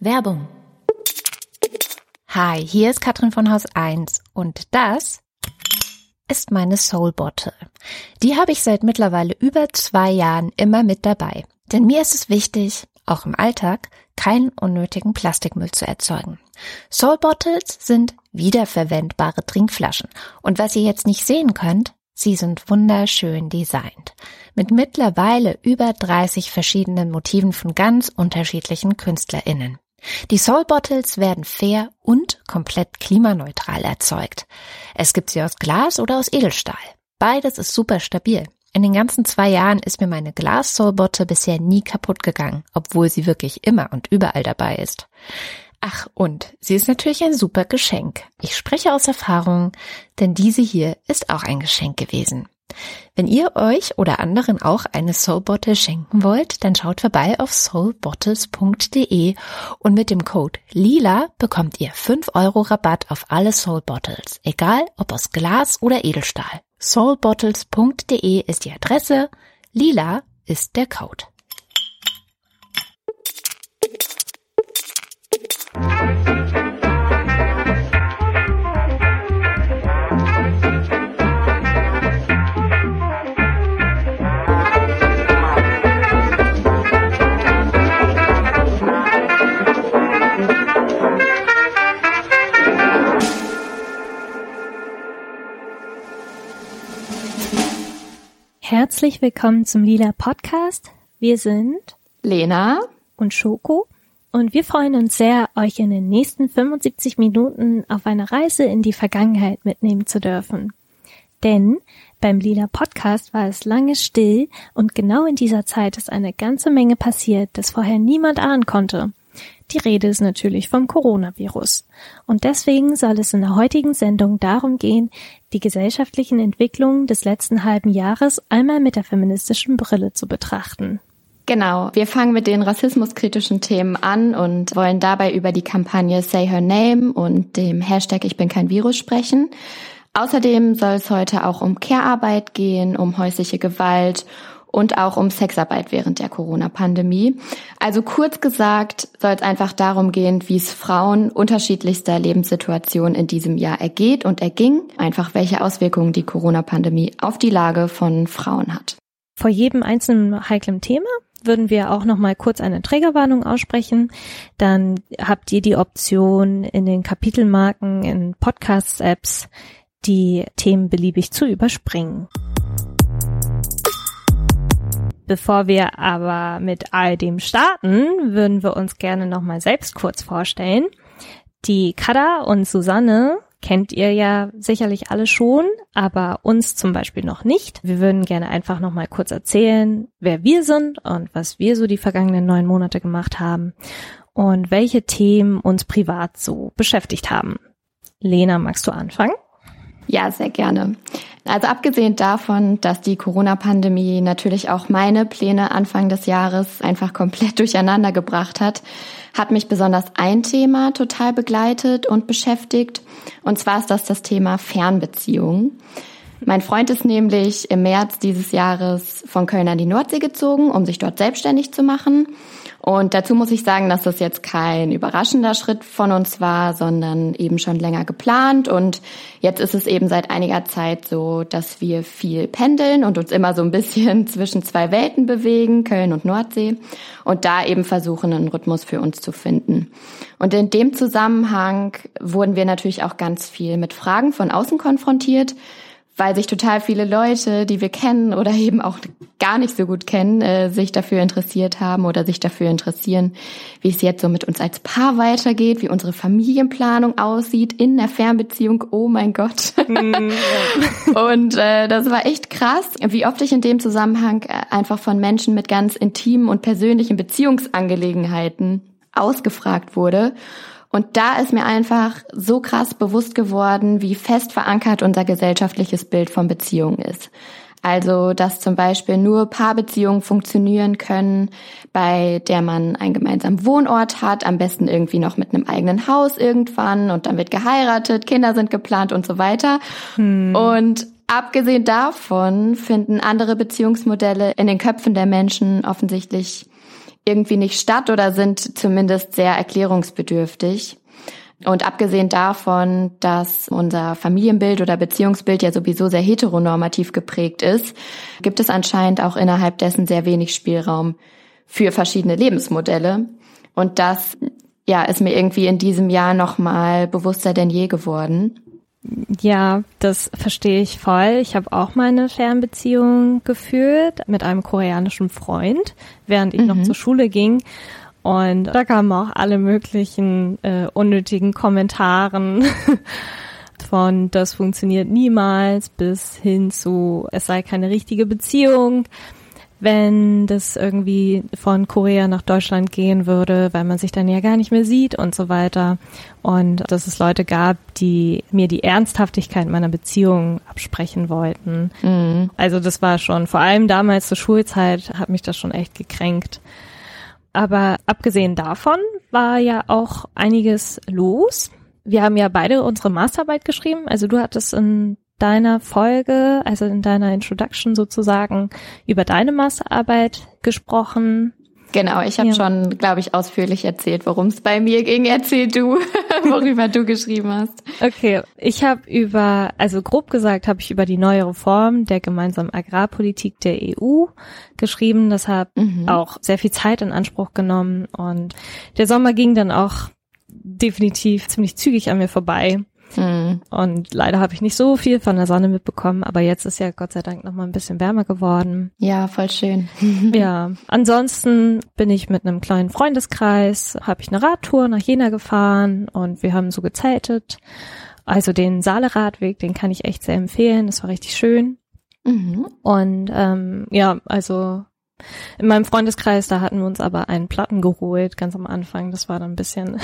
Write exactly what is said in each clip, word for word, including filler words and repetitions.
Werbung. Hi, hier ist Katrin von Haus eins und das ist meine Soul Bottle. Die habe ich seit mittlerweile über zwei Jahren immer mit dabei. Denn mir ist es wichtig, auch im Alltag, keinen unnötigen Plastikmüll zu erzeugen. Soul Bottles sind wiederverwendbare Trinkflaschen. Und was ihr jetzt nicht sehen könnt, sie sind wunderschön designt. Mit mittlerweile über dreißig verschiedenen Motiven von ganz unterschiedlichen KünstlerInnen. Die Soul Bottles werden fair und komplett klimaneutral erzeugt. Es gibt sie aus Glas oder aus Edelstahl. Beides ist super stabil. In den ganzen zwei Jahren ist mir meine Glas-Soul Bottle bisher nie kaputt gegangen, obwohl sie wirklich immer und überall dabei ist. Ach, und sie ist natürlich ein super Geschenk. Ich spreche aus Erfahrung, denn diese hier ist auch ein Geschenk gewesen. Wenn ihr euch oder anderen auch eine Soul Bottle schenken wollt, dann schaut vorbei auf soul bottles punkt de und mit dem Code LILA bekommt ihr fünf Euro Rabatt auf alle Soul Bottles, egal ob aus Glas oder Edelstahl. soul bottles punkt de ist die Adresse, LILA ist der Code. Herzlich willkommen zum Lila Podcast. Wir sind Lena und Schoko und wir freuen uns sehr, euch in den nächsten fünfundsiebzig Minuten auf eine Reise in die Vergangenheit mitnehmen zu dürfen. Denn beim Lila Podcast war es lange still und genau in dieser Zeit ist eine ganze Menge passiert, das vorher niemand ahnen konnte. Die Rede ist natürlich vom Coronavirus. Und deswegen soll es in der heutigen Sendung darum gehen, die gesellschaftlichen Entwicklungen des letzten halben Jahres einmal mit der feministischen Brille zu betrachten. Genau, wir fangen mit den rassismuskritischen Themen an und wollen dabei über die Kampagne Say Her Name und dem Hashtag Ich bin kein Virus sprechen. Außerdem soll es heute auch um Care-Arbeit gehen, um häusliche Gewalt und auch um Sexarbeit während der Corona-Pandemie. Also kurz gesagt soll es einfach darum gehen, wie es Frauen unterschiedlichster Lebenssituationen in diesem Jahr ergeht und erging, einfach welche Auswirkungen die Corona-Pandemie auf die Lage von Frauen hat. Vor jedem einzelnen heiklen Thema würden wir auch noch mal kurz eine Triggerwarnung aussprechen. Dann habt ihr die Option, in den Kapitelmarken in Podcast-Apps die Themen beliebig zu überspringen. Bevor wir aber mit all dem starten, würden wir uns gerne nochmal selbst kurz vorstellen. Die Kada und Susanne kennt ihr ja sicherlich alle schon, aber uns zum Beispiel noch nicht. Wir würden gerne einfach nochmal kurz erzählen, wer wir sind und was wir so die vergangenen neun Monate gemacht haben und welche Themen uns privat so beschäftigt haben. Lena, magst du anfangen? Ja, sehr gerne. Also abgesehen davon, dass die Corona-Pandemie natürlich auch meine Pläne Anfang des Jahres einfach komplett durcheinander gebracht hat, hat mich besonders ein Thema total begleitet und beschäftigt. Und zwar ist das das Thema Fernbeziehungen. Mein Freund ist nämlich im März dieses Jahres von Köln an die Nordsee gezogen, um sich dort selbstständig zu machen. Und dazu muss ich sagen, dass das jetzt kein überraschender Schritt von uns war, sondern eben schon länger geplant. Und jetzt ist es eben seit einiger Zeit so, dass wir viel pendeln und uns immer so ein bisschen zwischen zwei Welten bewegen, Köln und Nordsee, und da eben versuchen, einen Rhythmus für uns zu finden. Und in dem Zusammenhang wurden wir natürlich auch ganz viel mit Fragen von außen konfrontiert, weil sich total viele Leute, die wir kennen oder eben auch gar nicht so gut kennen, äh, sich dafür interessiert haben oder sich dafür interessieren, wie es jetzt so mit uns als Paar weitergeht, wie unsere Familienplanung aussieht in der Fernbeziehung. Oh mein Gott. Mm, ja. Und äh, das war echt krass, wie oft ich in dem Zusammenhang einfach von Menschen mit ganz intimen und persönlichen Beziehungsangelegenheiten ausgefragt wurde. Und da ist mir einfach so krass bewusst geworden, wie fest verankert unser gesellschaftliches Bild von Beziehungen ist. Also, dass zum Beispiel nur Paarbeziehungen funktionieren können, bei der man einen gemeinsamen Wohnort hat, am besten irgendwie noch mit einem eigenen Haus irgendwann und dann wird geheiratet, Kinder sind geplant und so weiter. Hm. Und abgesehen davon finden andere Beziehungsmodelle in den Köpfen der Menschen offensichtlich irgendwie nicht statt oder sind zumindest sehr erklärungsbedürftig. Und abgesehen davon, dass unser Familienbild oder Beziehungsbild ja sowieso sehr heteronormativ geprägt ist, gibt es anscheinend auch innerhalb dessen sehr wenig Spielraum für verschiedene Lebensmodelle. Und das, ja, ist mir irgendwie in diesem Jahr noch mal bewusster denn je geworden. Ja, das verstehe ich voll. Ich habe auch mal eine Fernbeziehung geführt mit einem koreanischen Freund, während ich mhm. noch zur Schule ging. Und da kamen auch alle möglichen äh, unnötigen Kommentaren von das funktioniert niemals bis hin zu es sei keine richtige Beziehung, wenn das irgendwie von Korea nach Deutschland gehen würde, weil man sich dann ja gar nicht mehr sieht und so weiter. Und dass es Leute gab, die mir die Ernsthaftigkeit meiner Beziehung absprechen wollten. Mhm. Also das war schon, vor allem damals zur Schulzeit, hat mich das schon echt gekränkt. Aber abgesehen davon war ja auch einiges los. Wir haben ja beide unsere Masterarbeit geschrieben. Also du hattest in deiner Folge, also in deiner Introduction sozusagen, über deine Masterarbeit gesprochen. Genau, ich habe ja. schon, glaube ich, ausführlich erzählt, worum es bei mir ging. Erzähl du, worüber du geschrieben hast. Okay, ich habe über, also grob gesagt, habe ich über die neue Reform der gemeinsamen Agrarpolitik der E U geschrieben. Das hat mhm. auch sehr viel Zeit in Anspruch genommen und der Sommer ging dann auch definitiv ziemlich zügig an mir vorbei. Mhm. Und leider habe ich nicht so viel von der Sonne mitbekommen, aber jetzt ist ja Gott sei Dank noch mal ein bisschen wärmer geworden. Ja, voll schön. Ja, ansonsten bin ich mit einem kleinen Freundeskreis, habe ich eine Radtour nach Jena gefahren und wir haben so gezeltet. Also den Saale-Radweg, den kann ich echt sehr empfehlen, das war richtig schön. Mhm. Und ähm, ja, also in meinem Freundeskreis, da hatten wir uns aber einen Platten geholt, ganz am Anfang. Das war dann ein bisschen,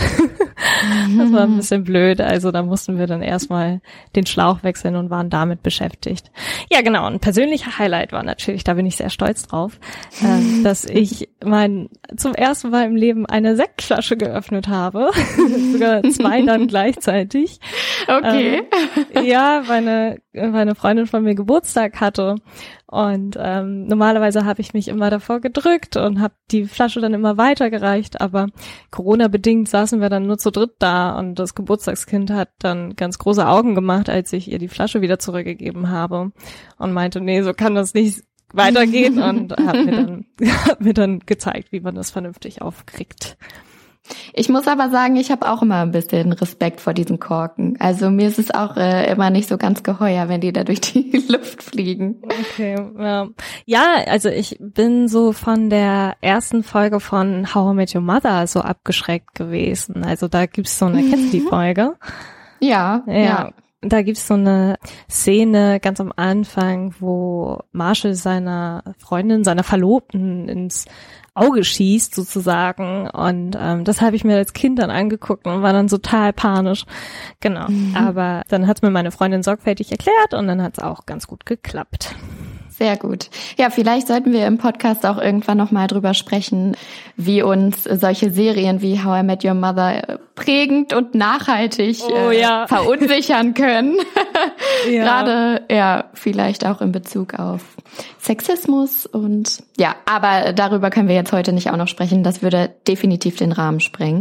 das war ein bisschen blöd. Also da mussten wir dann erstmal den Schlauch wechseln und waren damit beschäftigt. Ja, genau. Ein persönlicher Highlight war natürlich, da bin ich sehr stolz drauf, äh, dass ich mein zum ersten Mal im Leben eine Sektflasche geöffnet habe. Sogar zwei dann gleichzeitig. Okay. Ähm, ja, meine, meine Freundin von mir Geburtstag hatte. Und ähm, normalerweise habe ich mich immer davor gedrückt und habe die Flasche dann immer weitergereicht, aber Corona-bedingt saßen wir dann nur zu dritt da und das Geburtstagskind hat dann ganz große Augen gemacht, als ich ihr die Flasche wieder zurückgegeben habe und meinte, nee, so kann das nicht weitergehen und hat mir dann, hat mir dann gezeigt, wie man das vernünftig aufkriegt. Ich muss aber sagen, ich habe auch immer ein bisschen Respekt vor diesen Korken. Also mir ist es auch äh, immer nicht so ganz geheuer, wenn die da durch die Luft fliegen. Okay, ja. Ja, also ich bin so von der ersten Folge von How I Met Your Mother so abgeschreckt gewesen. Also da gibt's so eine, kennst du die Folge? Ja, ja. ja. Da gibt's so eine Szene ganz am Anfang, wo Marshall seiner Freundin, seiner Verlobten ins Auge schießt sozusagen und ähm, das habe ich mir als Kind dann angeguckt und war dann total panisch. Genau, mhm. aber dann hat's mir meine Freundin sorgfältig erklärt und dann hat's auch ganz gut geklappt. Sehr gut. Ja, vielleicht sollten wir im Podcast auch irgendwann nochmal drüber sprechen, wie uns solche Serien wie How I Met Your Mother prägend und nachhaltig oh, äh, ja. verunsichern können. Ja. Gerade, ja, vielleicht auch in Bezug auf Sexismus und ja, aber darüber können wir jetzt heute nicht auch noch sprechen. Das würde definitiv den Rahmen sprengen.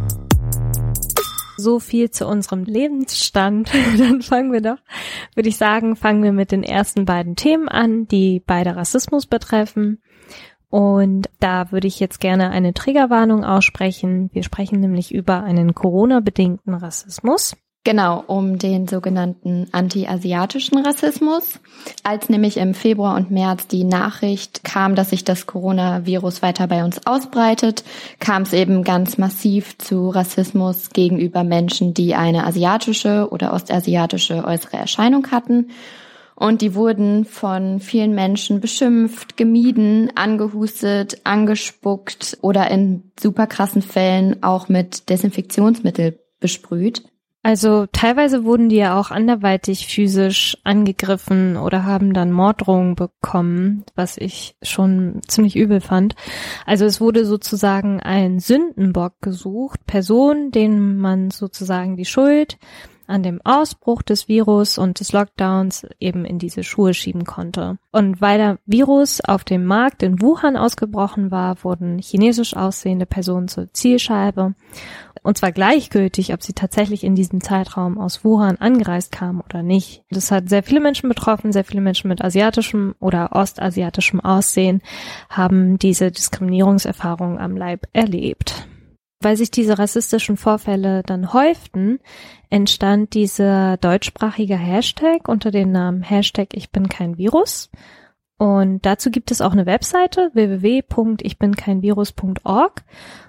So viel zu unserem Lebensstand. Dann fangen wir doch, würde ich sagen, fangen wir mit den ersten beiden Themen an, die beide Rassismus betreffen. Und da würde ich jetzt gerne eine Triggerwarnung aussprechen. Wir sprechen nämlich über einen Corona-bedingten Rassismus. Genau, um den sogenannten anti-asiatischen Rassismus. Als nämlich im Februar und März die Nachricht kam, dass sich das Coronavirus weiter bei uns ausbreitet, kam es eben ganz massiv zu Rassismus gegenüber Menschen, die eine asiatische oder ostasiatische äußere Erscheinung hatten. Und die wurden von vielen Menschen beschimpft, gemieden, angehustet, angespuckt oder in super krassen Fällen auch mit Desinfektionsmittel besprüht. Also teilweise wurden die ja auch anderweitig physisch angegriffen oder haben dann Morddrohungen bekommen, was ich schon ziemlich übel fand. Also es wurde sozusagen ein Sündenbock gesucht, Personen, denen man sozusagen die Schuld an dem Ausbruch des Virus und des Lockdowns eben in diese Schuhe schieben konnte. Und weil der Virus auf dem Markt in Wuhan ausgebrochen war, wurden chinesisch aussehende Personen zur Zielscheibe. Und zwar gleichgültig, ob sie tatsächlich in diesem Zeitraum aus Wuhan angereist kamen oder nicht. Das hat sehr viele Menschen betroffen, sehr viele Menschen mit asiatischem oder ostasiatischem Aussehen haben diese Diskriminierungserfahrungen am Leib erlebt. Weil sich diese rassistischen Vorfälle dann häuften, entstand dieser deutschsprachige Hashtag unter dem Namen Hashtag Ich bin kein Virus. Und dazu gibt es auch eine Webseite w w w punkt ich bin kein virus punkt org.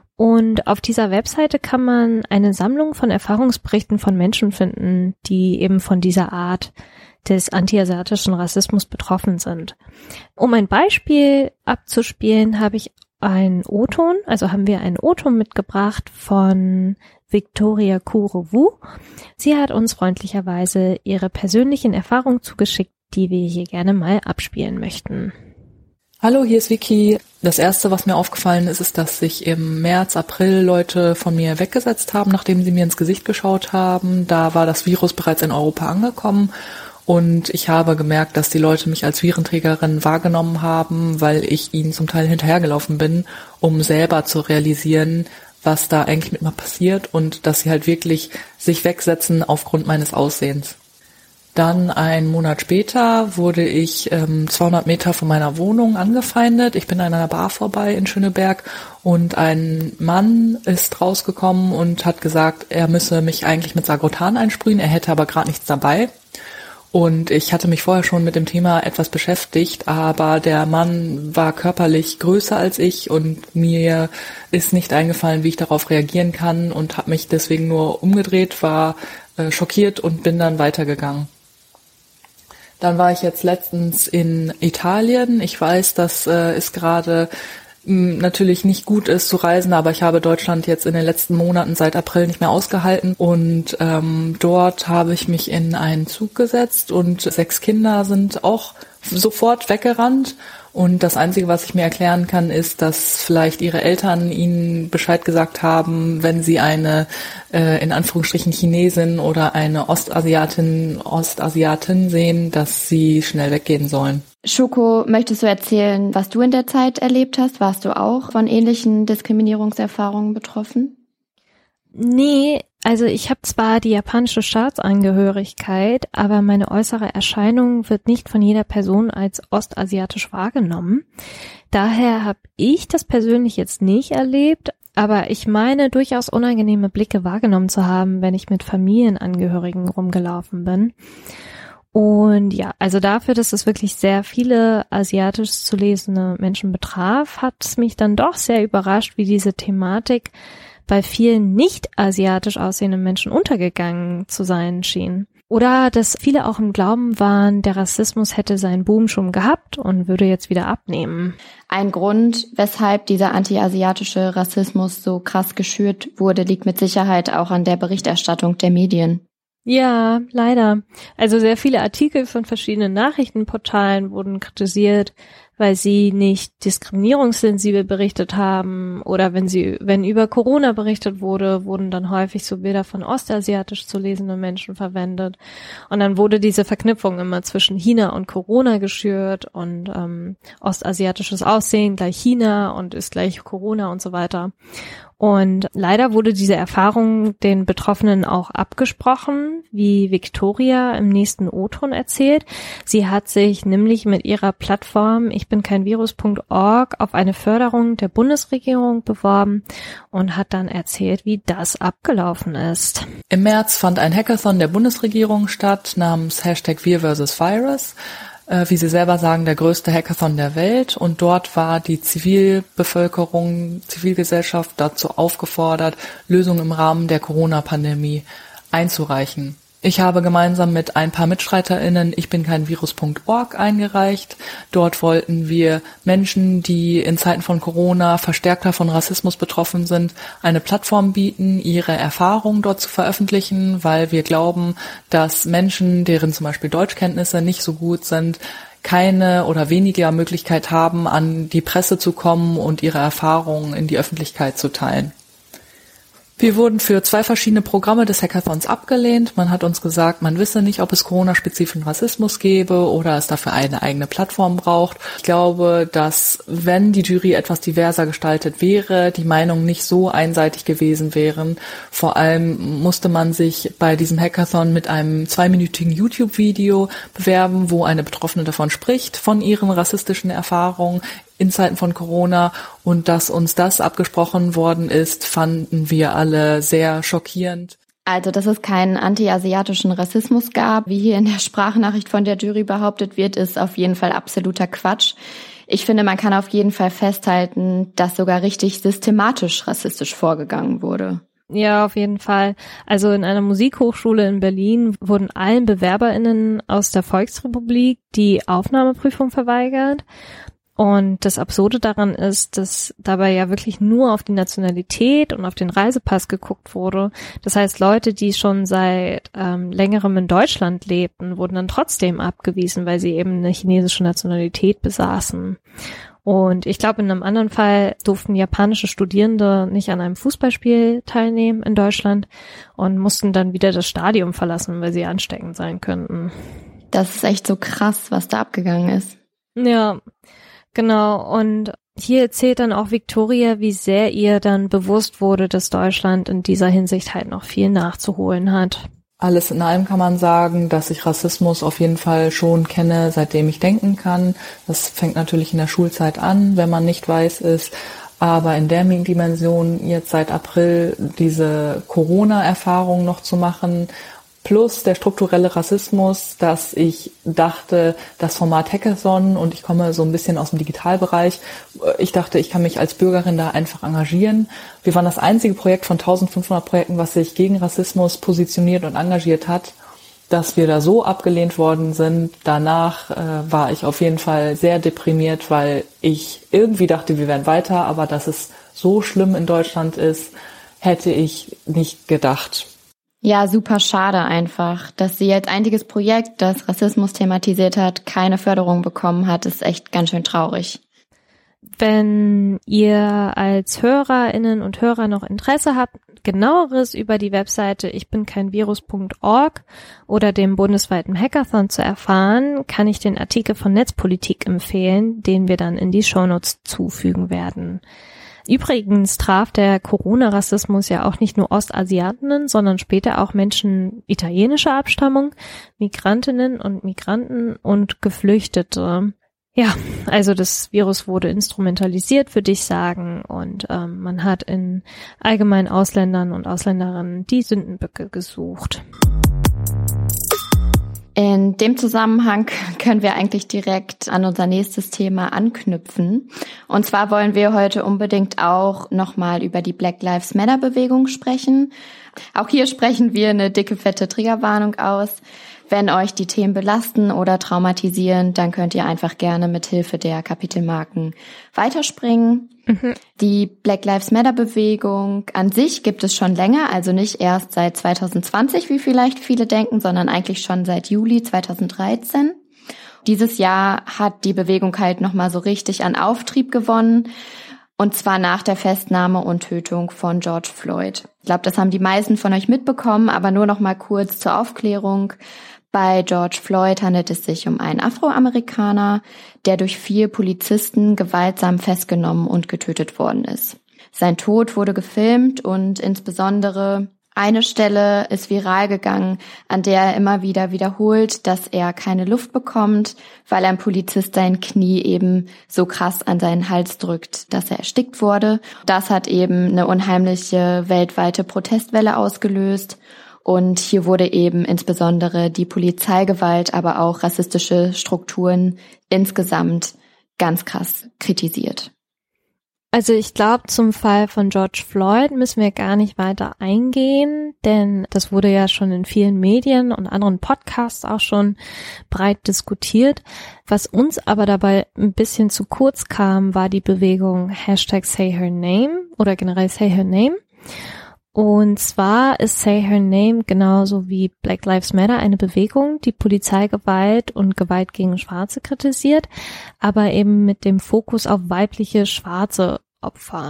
Und auf dieser Webseite kann man eine Sammlung von Erfahrungsberichten von Menschen finden, die eben von dieser Art des antiasiatischen Rassismus betroffen sind. Um ein Beispiel abzuspielen, habe ich einen O-Ton, also haben wir einen O-Ton mitgebracht von Victoria Kure-Wu. Sie hat uns freundlicherweise ihre persönlichen Erfahrungen zugeschickt, die wir hier gerne mal abspielen möchten. Hallo, hier ist Vicky. Das erste, was mir aufgefallen ist, ist, dass sich im März, April Leute von mir weggesetzt haben, nachdem sie mir ins Gesicht geschaut haben. Da war das Virus bereits in Europa angekommen und ich habe gemerkt, dass die Leute mich als Virenträgerin wahrgenommen haben, weil ich ihnen zum Teil hinterhergelaufen bin, um selber zu realisieren, was da eigentlich mit mir passiert und dass sie halt wirklich sich wegsetzen aufgrund meines Aussehens. Dann einen Monat später wurde ich ähm, zweihundert Meter von meiner Wohnung angefeindet. Ich bin an einer Bar vorbei in Schöneberg und ein Mann ist rausgekommen und hat gesagt, er müsse mich eigentlich mit Sagrotan einsprühen, er hätte aber gerade nichts dabei. Und ich hatte mich vorher schon mit dem Thema etwas beschäftigt, aber der Mann war körperlich größer als ich und mir ist nicht eingefallen, wie ich darauf reagieren kann und habe mich deswegen nur umgedreht, war äh, schockiert und bin dann weitergegangen. Dann war ich jetzt letztens in Italien. Ich weiß, dass äh, es gerade mh, natürlich nicht gut ist zu reisen, aber ich habe Deutschland jetzt in den letzten Monaten seit April nicht mehr ausgehalten. Und ähm, dort habe ich mich in einen Zug gesetzt und sechs Kinder sind auch sofort weggerannt. Und das Einzige, was ich mir erklären kann, ist, dass vielleicht ihre Eltern ihnen Bescheid gesagt haben, wenn sie eine, äh, in Anführungsstrichen, Chinesin oder eine Ostasiatin, Ostasiatin sehen, dass sie schnell weggehen sollen. Schoko, möchtest du erzählen, was du in der Zeit erlebt hast? Warst du auch von ähnlichen Diskriminierungserfahrungen betroffen? Nee, also ich habe zwar die japanische Staatsangehörigkeit, aber meine äußere Erscheinung wird nicht von jeder Person als ostasiatisch wahrgenommen. Daher habe ich das persönlich jetzt nicht erlebt, aber ich meine durchaus unangenehme Blicke wahrgenommen zu haben, wenn ich mit Familienangehörigen rumgelaufen bin. Und ja, also dafür, dass es wirklich sehr viele asiatisch zu lesende Menschen betraf, hat es mich dann doch sehr überrascht, wie diese Thematik bei vielen nicht asiatisch aussehenden Menschen untergegangen zu sein schien. Oder dass viele auch im Glauben waren, der Rassismus hätte seinen Boom schon gehabt und würde jetzt wieder abnehmen. Ein Grund, weshalb dieser anti-asiatische Rassismus so krass geschürt wurde, liegt mit Sicherheit auch an der Berichterstattung der Medien. Ja, leider. Also sehr viele Artikel von verschiedenen Nachrichtenportalen wurden kritisiert, weil sie nicht diskriminierungssensibel berichtet haben oder wenn sie, wenn über Corona berichtet wurde, wurden dann häufig so Bilder von ostasiatisch zu lesenden Menschen verwendet und dann wurde diese Verknüpfung immer zwischen China und Corona geschürt und ähm, ostasiatisches Aussehen gleich China und ist gleich Corona und so weiter. Und leider wurde diese Erfahrung den Betroffenen auch abgesprochen, wie Victoria im nächsten O-Ton erzählt. Sie hat sich nämlich mit ihrer Plattform ich bin kein virus punkt org auf eine Förderung der Bundesregierung beworben und hat dann erzählt, wie das abgelaufen ist. Im März fand ein Hackathon der Bundesregierung statt namens Hashtag Wir versus Virus. Wie Sie selber sagen, der größte Hackathon der Welt. Und dort war die Zivilbevölkerung, Zivilgesellschaft dazu aufgefordert, Lösungen im Rahmen der Corona-Pandemie einzureichen. Ich habe gemeinsam mit ein paar MitstreiterInnen ich bin kein virus punkt org eingereicht. Dort wollten wir Menschen, die in Zeiten von Corona verstärkter von Rassismus betroffen sind, eine Plattform bieten, ihre Erfahrungen dort zu veröffentlichen, weil wir glauben, dass Menschen, deren zum Beispiel Deutschkenntnisse nicht so gut sind, keine oder weniger Möglichkeit haben, an die Presse zu kommen und ihre Erfahrungen in die Öffentlichkeit zu teilen. Wir wurden für zwei verschiedene Programme des Hackathons abgelehnt. Man hat uns gesagt, man wisse nicht, ob es Corona-spezifischen Rassismus gäbe oder es dafür eine eigene Plattform braucht. Ich glaube, dass, wenn die Jury etwas diverser gestaltet wäre, die Meinungen nicht so einseitig gewesen wären. Vor allem musste man sich bei diesem Hackathon mit einem zweiminütigen YouTube-Video bewerben, wo eine Betroffene davon spricht, von ihren rassistischen Erfahrungen in Zeiten von Corona, und dass uns das abgesprochen worden ist, fanden wir alle sehr schockierend. Also, dass es keinen anti-asiatischen Rassismus gab, wie hier in der Sprachnachricht von der Jury behauptet wird, ist auf jeden Fall absoluter Quatsch. Ich finde, man kann auf jeden Fall festhalten, dass sogar richtig systematisch rassistisch vorgegangen wurde. Ja, auf jeden Fall. Also in einer Musikhochschule in Berlin wurden allen BewerberInnen aus der Volksrepublik die Aufnahmeprüfung verweigert. Und das Absurde daran ist, dass dabei ja wirklich nur auf die Nationalität und auf den Reisepass geguckt wurde. Das heißt, Leute, die schon seit ähm, längerem in Deutschland lebten, wurden dann trotzdem abgewiesen, weil sie eben eine chinesische Nationalität besaßen. Und ich glaube, in einem anderen Fall durften japanische Studierende nicht an einem Fußballspiel teilnehmen in Deutschland und mussten dann wieder das Stadion verlassen, weil sie ansteckend sein könnten. Das ist echt so krass, was da abgegangen ist. Ja, genau. Und hier erzählt dann auch Victoria, wie sehr ihr dann bewusst wurde, dass Deutschland in dieser Hinsicht halt noch viel nachzuholen hat. Alles in allem kann man sagen, dass ich Rassismus auf jeden Fall schon kenne, seitdem ich denken kann. Das fängt natürlich in der Schulzeit an, wenn man nicht weiß ist. Aber in der Dimension jetzt seit April diese Corona-Erfahrung noch zu machen, plus der strukturelle Rassismus, dass ich dachte, das Format Hackathon, und ich komme so ein bisschen aus dem Digitalbereich, ich dachte, ich kann mich als Bürgerin da einfach engagieren. Wir waren das einzige Projekt von eintausendfünfhundert Projekten, was sich gegen Rassismus positioniert und engagiert hat. Dass wir da so abgelehnt worden sind, danach äh, war ich auf jeden Fall sehr deprimiert, weil ich irgendwie dachte, wir wären weiter, aber dass es so schlimm in Deutschland ist, hätte ich nicht gedacht. Ja, super schade einfach, dass sie als einziges Projekt, das Rassismus thematisiert hat, keine Förderung bekommen hat, ist echt ganz schön traurig. Wenn ihr als HörerInnen und Hörer noch Interesse habt, genaueres über die Webseite ich bin kein Virus punkt org oder dem bundesweiten Hackathon zu erfahren, kann ich den Artikel von Netzpolitik empfehlen, den wir dann in die Shownotes zufügen werden. Übrigens traf der Corona-Rassismus ja auch nicht nur Ostasiatinnen, sondern später auch Menschen italienischer Abstammung, Migrantinnen und Migranten und Geflüchtete. Ja, also das Virus wurde instrumentalisiert, würde ich sagen, und ähm, man hat in allgemein Ausländern und Ausländerinnen die Sündenböcke gesucht. In dem Zusammenhang können wir eigentlich direkt an unser nächstes Thema anknüpfen. Und zwar wollen wir heute unbedingt auch nochmal über die Black Lives Matter Bewegung sprechen. Auch hier sprechen wir eine dicke, fette Triggerwarnung aus. Wenn euch die Themen belasten oder traumatisieren, dann könnt ihr einfach gerne mit Hilfe der Kapitelmarken weiterspringen. Mhm. Die Black Lives Matter Bewegung an sich gibt es schon länger, also nicht erst seit zwanzig zwanzig, wie vielleicht viele denken, sondern eigentlich schon seit Juli zweitausenddreizehn. Dieses Jahr hat die Bewegung halt nochmal so richtig an Auftrieb gewonnen. Und zwar nach der Festnahme und Tötung von George Floyd. Ich glaube, das haben die meisten von euch mitbekommen, aber nur noch mal kurz zur Aufklärung. Bei George Floyd handelt es sich um einen Afroamerikaner, der durch vier Polizisten gewaltsam festgenommen und getötet worden ist. Sein Tod wurde gefilmt und insbesondere eine Stelle ist viral gegangen, an der er immer wieder wiederholt, dass er keine Luft bekommt, weil ein Polizist sein Knie eben so krass an seinen Hals drückt, dass er erstickt wurde. Das hat eben eine unheimliche weltweite Protestwelle ausgelöst. Und hier wurde eben insbesondere die Polizeigewalt, aber auch rassistische Strukturen insgesamt ganz krass kritisiert. Also ich glaube, zum Fall von George Floyd müssen wir gar nicht weiter eingehen, denn das wurde ja schon in vielen Medien und anderen Podcasts auch schon breit diskutiert. Was uns aber dabei ein bisschen zu kurz kam, war die Bewegung Hashtag Say Her Name oder generell Say Her Name. Und zwar ist Say Her Name genauso wie Black Lives Matter eine Bewegung, die Polizeigewalt und Gewalt gegen Schwarze kritisiert, aber eben mit dem Fokus auf weibliche schwarze Opfer.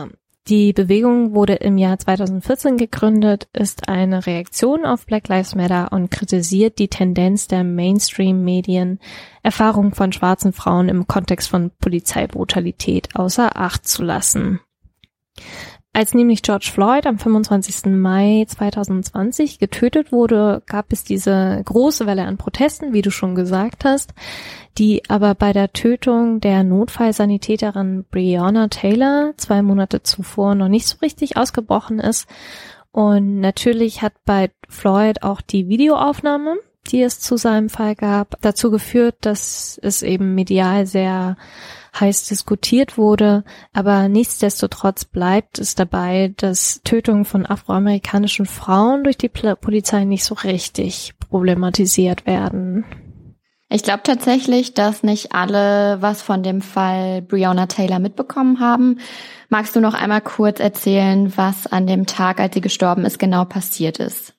Die Bewegung wurde im Jahr zweitausendvierzehn gegründet, ist eine Reaktion auf Black Lives Matter und kritisiert die Tendenz der Mainstream-Medien, Erfahrungen von schwarzen Frauen im Kontext von Polizeibrutalität außer Acht zu lassen. Als nämlich George Floyd am fünfundzwanzigsten Mai zweitausendzwanzig getötet wurde, gab es diese große Welle an Protesten, wie du schon gesagt hast, die aber bei der Tötung der Notfallsanitäterin Breonna Taylor zwei Monate zuvor noch nicht so richtig ausgebrochen ist. Und natürlich hat bei Floyd auch die Videoaufnahme, die es zu seinem Fall gab, dazu geführt, dass es eben medial sehr heiß diskutiert wurde, aber nichtsdestotrotz bleibt es dabei, dass Tötungen von afroamerikanischen Frauen durch die Polizei nicht so richtig problematisiert werden. Ich glaube tatsächlich, dass nicht alle was von dem Fall Breonna Taylor mitbekommen haben. Magst du noch einmal kurz erzählen, was an dem Tag, als sie gestorben ist, genau passiert ist?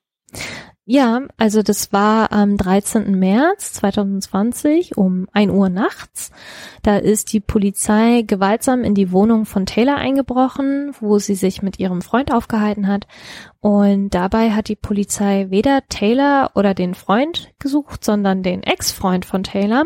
Ja, also das war am dreizehnten März zweitausendzwanzig um ein Uhr nachts. Da ist die Polizei gewaltsam in die Wohnung von Taylor eingebrochen, wo sie sich mit ihrem Freund aufgehalten hat. Und dabei hat die Polizei weder Taylor oder den Freund gesucht, sondern den Ex-Freund von Taylor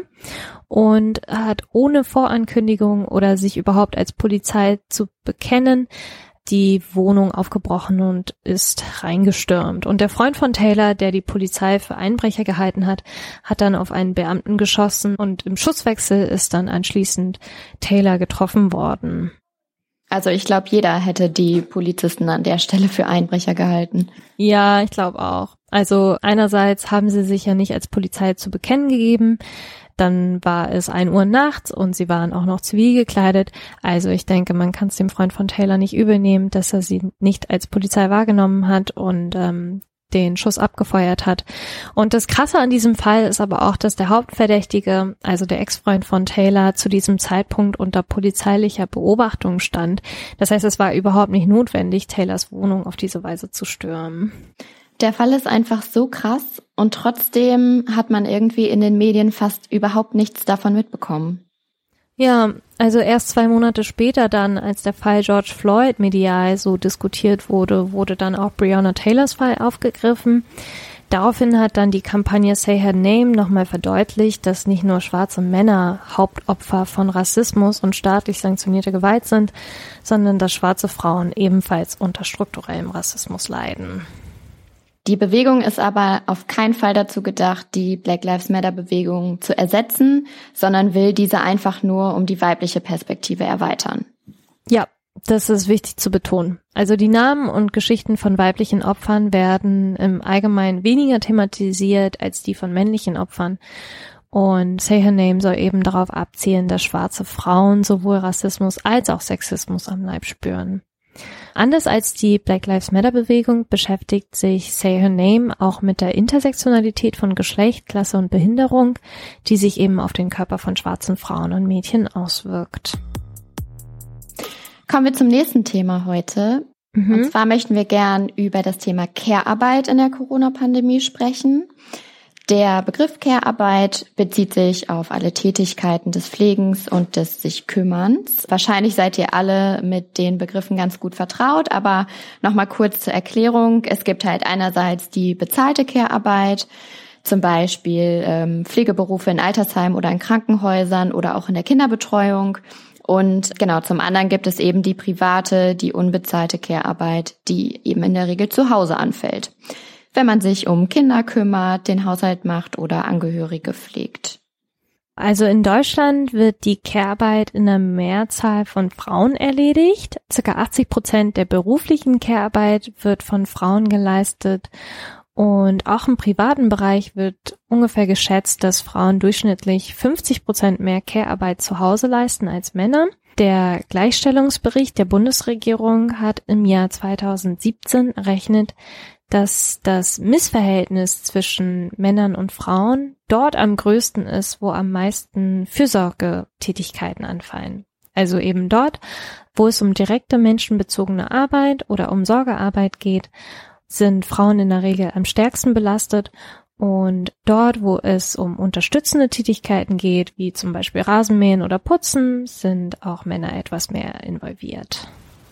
und hat ohne Vorankündigung oder sich überhaupt als Polizei zu bekennen, die Wohnung aufgebrochen und ist reingestürmt. Und der Freund von Taylor, der die Polizei für Einbrecher gehalten hat, hat dann auf einen Beamten geschossen und im Schusswechsel ist dann anschließend Taylor getroffen worden. Also ich glaube, jeder hätte die Polizisten an der Stelle für Einbrecher gehalten. Ja, ich glaube auch. Also einerseits haben sie sich ja nicht als Polizei zu bekennen gegeben. Dann war es ein Uhr nachts und sie waren auch noch zivil gekleidet. Also ich denke, man kann es dem Freund von Taylor nicht übel nehmen, dass er sie nicht als Polizei wahrgenommen hat und ähm, den Schuss abgefeuert hat. Und das Krasse an diesem Fall ist aber auch, dass der Hauptverdächtige, also der Ex-Freund von Taylor, zu diesem Zeitpunkt unter polizeilicher Beobachtung stand. Das heißt, es war überhaupt nicht notwendig, Taylors Wohnung auf diese Weise zu stürmen. Der Fall ist einfach so krass und trotzdem hat man irgendwie in den Medien fast überhaupt nichts davon mitbekommen. Ja, also erst zwei Monate später dann, als der Fall George Floyd medial so diskutiert wurde, wurde dann auch Breonna Taylors Fall aufgegriffen. Daraufhin hat dann die Kampagne Say Her Name nochmal verdeutlicht, dass nicht nur schwarze Männer Hauptopfer von Rassismus und staatlich sanktionierter Gewalt sind, sondern dass schwarze Frauen ebenfalls unter strukturellem Rassismus leiden. Die Bewegung ist aber auf keinen Fall dazu gedacht, die Black Lives Matter Bewegung zu ersetzen, sondern will diese einfach nur um die weibliche Perspektive erweitern. Ja, das ist wichtig zu betonen. Also die Namen und Geschichten von weiblichen Opfern werden im Allgemeinen weniger thematisiert als die von männlichen Opfern. Und Say Her Name soll eben darauf abzielen, dass schwarze Frauen sowohl Rassismus als auch Sexismus am Leib spüren. Anders als die Black Lives Matter Bewegung beschäftigt sich Say Her Name auch mit der Intersektionalität von Geschlecht, Klasse und Behinderung, die sich eben auf den Körper von schwarzen Frauen und Mädchen auswirkt. Kommen wir zum nächsten Thema heute. Mhm. Und zwar möchten wir gern über das Thema Care-Arbeit in der Corona-Pandemie sprechen. Der Begriff Care-Arbeit bezieht sich auf alle Tätigkeiten des Pflegens und des sich Kümmerns. Wahrscheinlich seid ihr alle mit den Begriffen ganz gut vertraut, aber nochmal kurz zur Erklärung. Es gibt halt einerseits die bezahlte Care-Arbeit, zum Beispiel ähm, Pflegeberufe in Altersheimen oder in Krankenhäusern oder auch in der Kinderbetreuung. Und genau, zum anderen gibt es eben die private, die unbezahlte Care-Arbeit, die eben in der Regel zu Hause anfällt, wenn man sich um Kinder kümmert, den Haushalt macht oder Angehörige pflegt. Also in Deutschland wird die Care-Arbeit in einer Mehrzahl von Frauen erledigt. Circa achtzig Prozent der beruflichen Care-Arbeit wird von Frauen geleistet. Und auch im privaten Bereich wird ungefähr geschätzt, dass Frauen durchschnittlich fünfzig Prozent mehr Care-Arbeit zu Hause leisten als Männer. Der Gleichstellungsbericht der Bundesregierung hat im Jahr zweitausendsiebzehn errechnet, dass das Missverhältnis zwischen Männern und Frauen dort am größten ist, wo am meisten Fürsorgetätigkeiten anfallen. Also eben dort, wo es um direkte menschenbezogene Arbeit oder um Sorgearbeit geht, sind Frauen in der Regel am stärksten belastet. Und dort, wo es um unterstützende Tätigkeiten geht, wie zum Beispiel Rasenmähen oder Putzen, sind auch Männer etwas mehr involviert.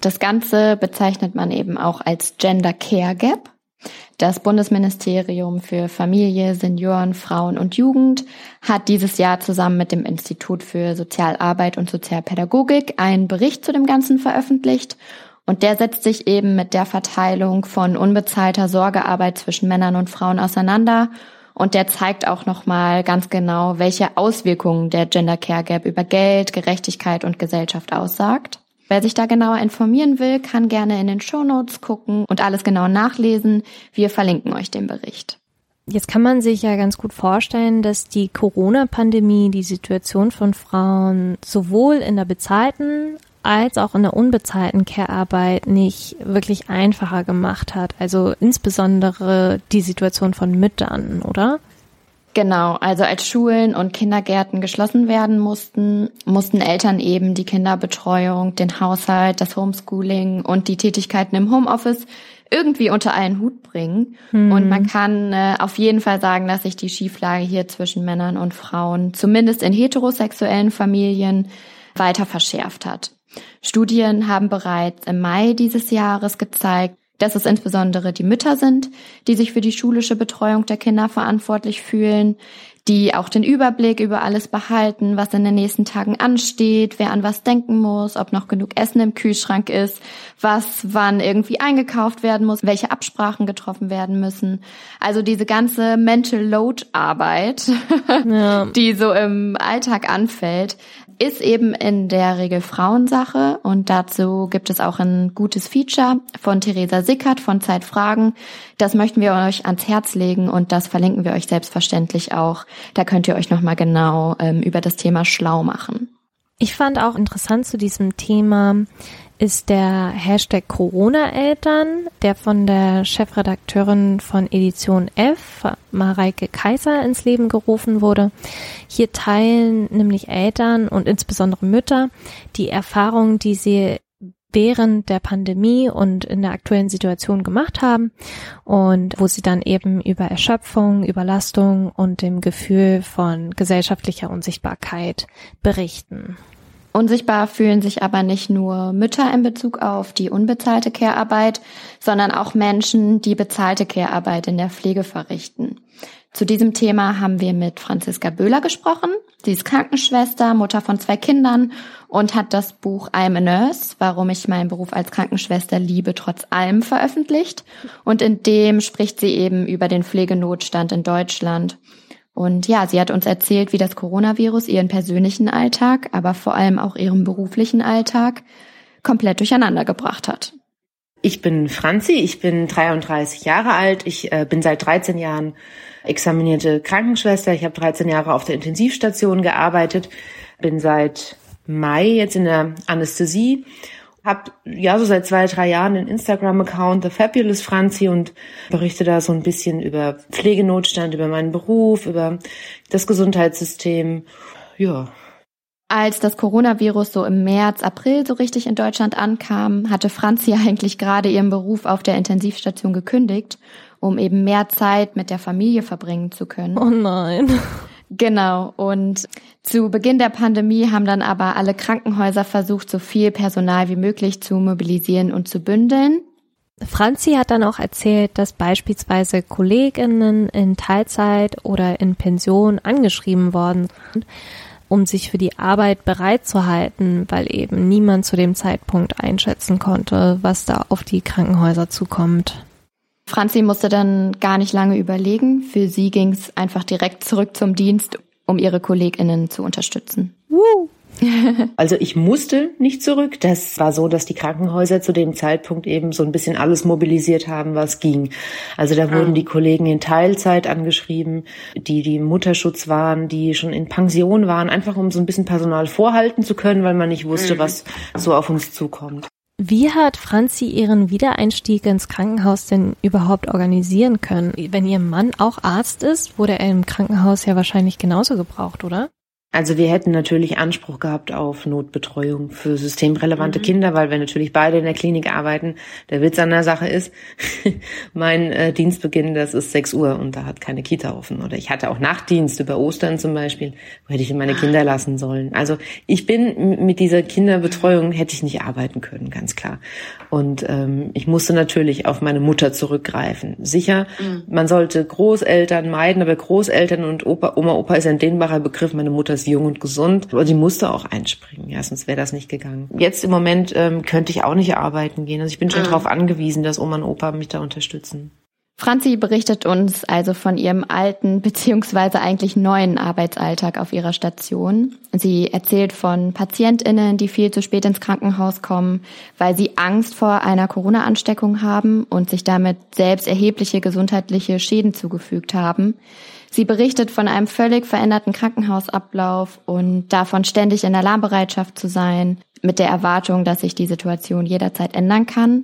Das Ganze bezeichnet man eben auch als Gender Care Gap. Das Bundesministerium für Familie, Senioren, Frauen und Jugend hat dieses Jahr zusammen mit dem Institut für Sozialarbeit und Sozialpädagogik einen Bericht zu dem Ganzen veröffentlicht. Und der setzt sich eben mit der Verteilung von unbezahlter Sorgearbeit zwischen Männern und Frauen auseinander. Und der zeigt auch nochmal ganz genau, welche Auswirkungen der Gender Care Gap über Geld, Gerechtigkeit und Gesellschaft aussagt. Wer sich da genauer informieren will, kann gerne in den Shownotes gucken und alles genau nachlesen. Wir verlinken euch den Bericht. Jetzt kann man sich ja ganz gut vorstellen, dass die Corona-Pandemie die Situation von Frauen sowohl in der bezahlten als auch in der unbezahlten Care-Arbeit nicht wirklich einfacher gemacht hat. Also insbesondere die Situation von Müttern, oder? Genau, also als Schulen und Kindergärten geschlossen werden mussten, mussten Eltern eben die Kinderbetreuung, den Haushalt, das Homeschooling und die Tätigkeiten im Homeoffice irgendwie unter einen Hut bringen. Hm. Und man kann äh, auf jeden Fall sagen, dass sich die Schieflage hier zwischen Männern und Frauen, zumindest in heterosexuellen Familien, weiter verschärft hat. Studien haben bereits im Mai dieses Jahres gezeigt, dass es insbesondere die Mütter sind, die sich für die schulische Betreuung der Kinder verantwortlich fühlen, die auch den Überblick über alles behalten, was in den nächsten Tagen ansteht, wer an was denken muss, ob noch genug Essen im Kühlschrank ist, was wann irgendwie eingekauft werden muss, welche Absprachen getroffen werden müssen. Also diese ganze Mental Load Arbeit, ja. die so im Alltag anfällt, ist eben in der Regel Frauensache, und dazu gibt es auch ein gutes Feature von Theresa Sickert von Zeitfragen. Das möchten wir euch ans Herz legen und das verlinken wir euch selbstverständlich auch. Da könnt ihr euch nochmal genau ähm, über das Thema schlau machen. Ich fand auch interessant zu diesem Thema ist der Hashtag Corona-Eltern, der von der Chefredakteurin von Edition F, Mareike Kaiser, ins Leben gerufen wurde. Hier teilen nämlich Eltern und insbesondere Mütter die Erfahrungen, die sie während der Pandemie und in der aktuellen Situation gemacht haben und wo sie dann eben über Erschöpfung, Überlastung und dem Gefühl von gesellschaftlicher Unsichtbarkeit berichten. Unsichtbar fühlen sich aber nicht nur Mütter in Bezug auf die unbezahlte Care-Arbeit, sondern auch Menschen, die bezahlte Care-Arbeit in der Pflege verrichten. Zu diesem Thema haben wir mit Franziska Böhler gesprochen. Sie ist Krankenschwester, Mutter von zwei Kindern und hat das Buch I'm a Nurse, warum ich meinen Beruf als Krankenschwester liebe, trotz allem veröffentlicht. Und in dem spricht sie eben über den Pflegenotstand in Deutschland. Und ja, sie hat uns erzählt, wie das Coronavirus ihren persönlichen Alltag, aber vor allem auch ihren beruflichen Alltag komplett durcheinander gebracht hat. Ich bin Franzi, ich bin dreiunddreißig Jahre alt, ich äh, bin seit dreizehn Jahren examinierte Krankenschwester, ich habe dreizehn Jahre auf der Intensivstation gearbeitet, bin seit Mai jetzt in der Anästhesie, habe ja so seit zwei, drei Jahren den Instagram-Account The Fabulous Franzi und berichte da so ein bisschen über Pflegenotstand, über meinen Beruf, über das Gesundheitssystem, ja. Als das Coronavirus so im März, April so richtig in Deutschland ankam, hatte Franzi eigentlich gerade ihren Beruf auf der Intensivstation gekündigt, um eben mehr Zeit mit der Familie verbringen zu können. Oh nein. Genau. Und zu Beginn der Pandemie haben dann aber alle Krankenhäuser versucht, so viel Personal wie möglich zu mobilisieren und zu bündeln. Franzi hat dann auch erzählt, dass beispielsweise KollegInnen in Teilzeit oder in Pension angeschrieben worden sind, um sich für die Arbeit bereit zu halten, weil eben niemand zu dem Zeitpunkt einschätzen konnte, was da auf die Krankenhäuser zukommt. Franzi musste dann gar nicht lange überlegen. Für sie ging es einfach direkt zurück zum Dienst, um ihre KollegInnen zu unterstützen. Woo. Also ich musste nicht zurück. Das war so, dass die Krankenhäuser zu dem Zeitpunkt eben so ein bisschen alles mobilisiert haben, was ging. Also da wurden die Kollegen in Teilzeit angeschrieben, die die Mutterschutz waren, die schon in Pension waren, einfach um so ein bisschen Personal vorhalten zu können, weil man nicht wusste, was so auf uns zukommt. Wie hat Franzi ihren Wiedereinstieg ins Krankenhaus denn überhaupt organisieren können? Wenn ihr Mann auch Arzt ist, wurde er im Krankenhaus ja wahrscheinlich genauso gebraucht, oder? Also wir hätten natürlich Anspruch gehabt auf Notbetreuung für systemrelevante mhm. Kinder, weil wir natürlich beide in der Klinik arbeiten. Der Witz an der Sache ist, mein äh, Dienstbeginn, das ist sechs Uhr und da hat keine Kita offen. Oder ich hatte auch Nachtdienst über Ostern zum Beispiel, wo hätte ich meine Kinder lassen sollen. Also ich bin mit dieser Kinderbetreuung, hätte ich nicht arbeiten können, ganz klar. Und ähm, ich musste natürlich auf meine Mutter zurückgreifen. Sicher, mhm. man sollte Großeltern meiden, aber Großeltern und Opa, Oma, Opa ist ein dehnbarer Begriff. Meine Mutter ist jung und gesund, aber sie musste auch einspringen, ja, sonst wäre das nicht gegangen. Jetzt im Moment ähm, könnte ich auch nicht arbeiten gehen. Also ich bin schon mhm. darauf angewiesen, dass Oma und Opa mich da unterstützen. Franzi berichtet uns also von ihrem alten beziehungsweise eigentlich neuen Arbeitsalltag auf ihrer Station. Sie erzählt von PatientInnen, die viel zu spät ins Krankenhaus kommen, weil sie Angst vor einer Corona-Ansteckung haben und sich damit selbst erhebliche gesundheitliche Schäden zugefügt haben. Sie berichtet von einem völlig veränderten Krankenhausablauf und davon, ständig in Alarmbereitschaft zu sein, mit der Erwartung, dass sich die Situation jederzeit ändern kann.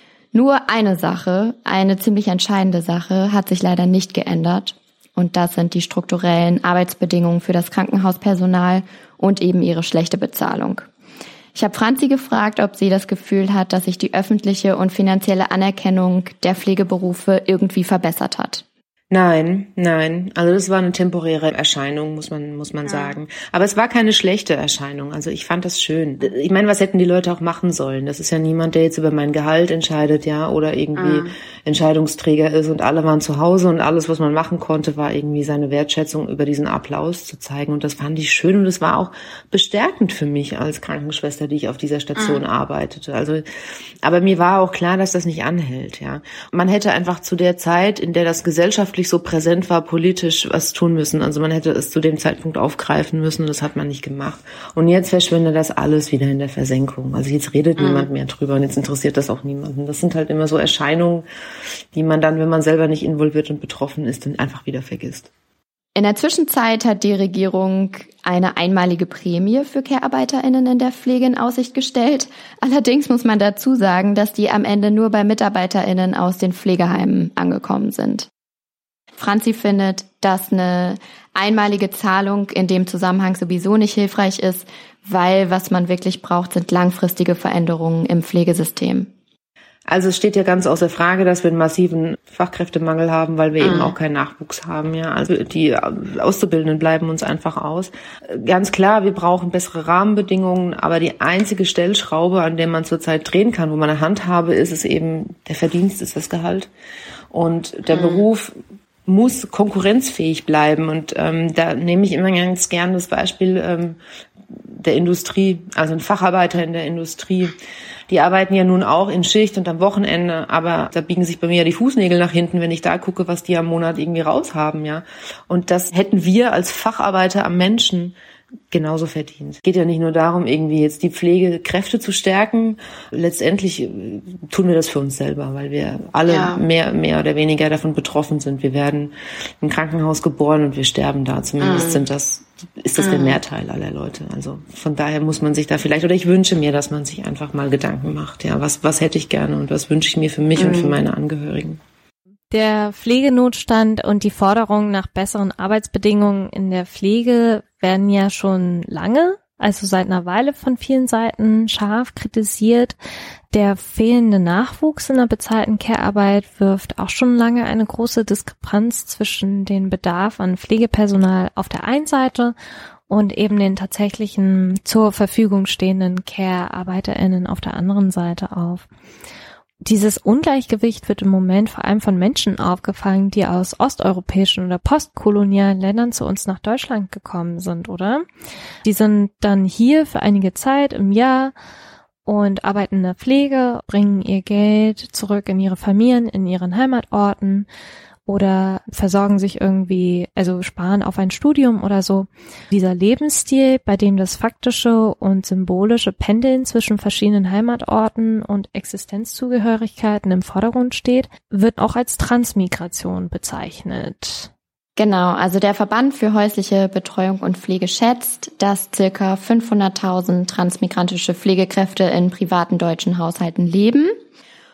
Nur eine Sache, eine ziemlich entscheidende Sache, hat sich leider nicht geändert. Und das sind die strukturellen Arbeitsbedingungen für das Krankenhauspersonal und eben ihre schlechte Bezahlung. Ich habe Franzi gefragt, ob sie das Gefühl hat, dass sich die öffentliche und finanzielle Anerkennung der Pflegeberufe irgendwie verbessert hat. Nein, nein. Also das war eine temporäre Erscheinung, muss man muss man ja. sagen. Aber es war keine schlechte Erscheinung. Also ich fand das schön. Ich meine, was hätten die Leute auch machen sollen? Das ist ja niemand, der jetzt über mein Gehalt entscheidet, ja, oder irgendwie mhm. Entscheidungsträger ist und alle waren zu Hause und alles, was man machen konnte, war irgendwie seine Wertschätzung über diesen Applaus zu zeigen. Und das fand ich schön und es war auch bestärkend für mich als Krankenschwester, die ich auf dieser Station mhm. arbeitete. Also, aber mir war auch klar, dass das nicht anhält, ja. Man hätte einfach zu der Zeit, in der das gesellschaftlich so präsent war, politisch was tun müssen. Also man hätte es zu dem Zeitpunkt aufgreifen müssen und das hat man nicht gemacht. Und jetzt verschwindet das alles wieder in der Versenkung. Also jetzt redet mhm. niemand mehr drüber und jetzt interessiert das auch niemanden. Das sind halt immer so Erscheinungen, die man dann, wenn man selber nicht involviert und betroffen ist, dann einfach wieder vergisst. In der Zwischenzeit hat die Regierung eine einmalige Prämie für Care-ArbeiterInnen in der Pflege in Aussicht gestellt. Allerdings muss man dazu sagen, dass die am Ende nur bei MitarbeiterInnen aus den Pflegeheimen angekommen sind. Franzi findet, dass eine einmalige Zahlung in dem Zusammenhang sowieso nicht hilfreich ist, weil was man wirklich braucht, sind langfristige Veränderungen im Pflegesystem. Also es steht ja ganz außer Frage, dass wir einen massiven Fachkräftemangel haben, weil wir mhm. eben auch keinen Nachwuchs haben. Ja, also die Auszubildenden bleiben uns einfach aus. Ganz klar, wir brauchen bessere Rahmenbedingungen, aber die einzige Stellschraube, an der man zurzeit drehen kann, wo man eine Handhabe ist, ist eben der Verdienst, ist das Gehalt. Und der mhm. Beruf muss konkurrenzfähig bleiben. Und ähm, da nehme ich immer ganz gern das Beispiel ähm, der Industrie, also ein Facharbeiter in der Industrie. Die arbeiten ja nun auch in Schicht und am Wochenende, aber da biegen sich bei mir ja die Fußnägel nach hinten, wenn ich da gucke, was die am Monat irgendwie raushaben, ja. Und das hätten wir als Facharbeiter am Menschen genauso verdient. Es geht ja nicht nur darum, irgendwie jetzt die Pflegekräfte zu stärken. Letztendlich tun wir das für uns selber, weil wir alle ja. mehr, mehr oder weniger davon betroffen sind. Wir werden im Krankenhaus geboren und wir sterben da. Zumindest mhm. sind das, ist das mhm. der Mehrteil aller Leute. Also von daher muss man sich da vielleicht, oder ich wünsche mir, dass man sich einfach mal Gedanken macht. Ja, was, was hätte ich gerne und was wünsche ich mir für mich mhm. und für meine Angehörigen? Der Pflegenotstand und die Forderung nach besseren Arbeitsbedingungen in der Pflege werden ja schon lange, also seit einer Weile von vielen Seiten scharf kritisiert. Der fehlende Nachwuchs in der bezahlten Care-Arbeit wirft auch schon lange eine große Diskrepanz zwischen dem Bedarf an Pflegepersonal auf der einen Seite und eben den tatsächlichen zur Verfügung stehenden Care-ArbeiterInnen auf der anderen Seite auf. Dieses Ungleichgewicht wird im Moment vor allem von Menschen aufgefangen, die aus osteuropäischen oder postkolonialen Ländern zu uns nach Deutschland gekommen sind, oder? Die sind dann hier für einige Zeit im Jahr und arbeiten in der Pflege, bringen ihr Geld zurück in ihre Familien, in ihren Heimatorten oder versorgen sich irgendwie, also sparen auf ein Studium oder so. Dieser Lebensstil, bei dem das faktische und symbolische Pendeln zwischen verschiedenen Heimatorten und Existenzzugehörigkeiten im Vordergrund steht, wird auch als Transmigration bezeichnet. Genau, also der Verband für häusliche Betreuung und Pflege schätzt, dass circa fünfhunderttausend transmigrantische Pflegekräfte in privaten deutschen Haushalten leben.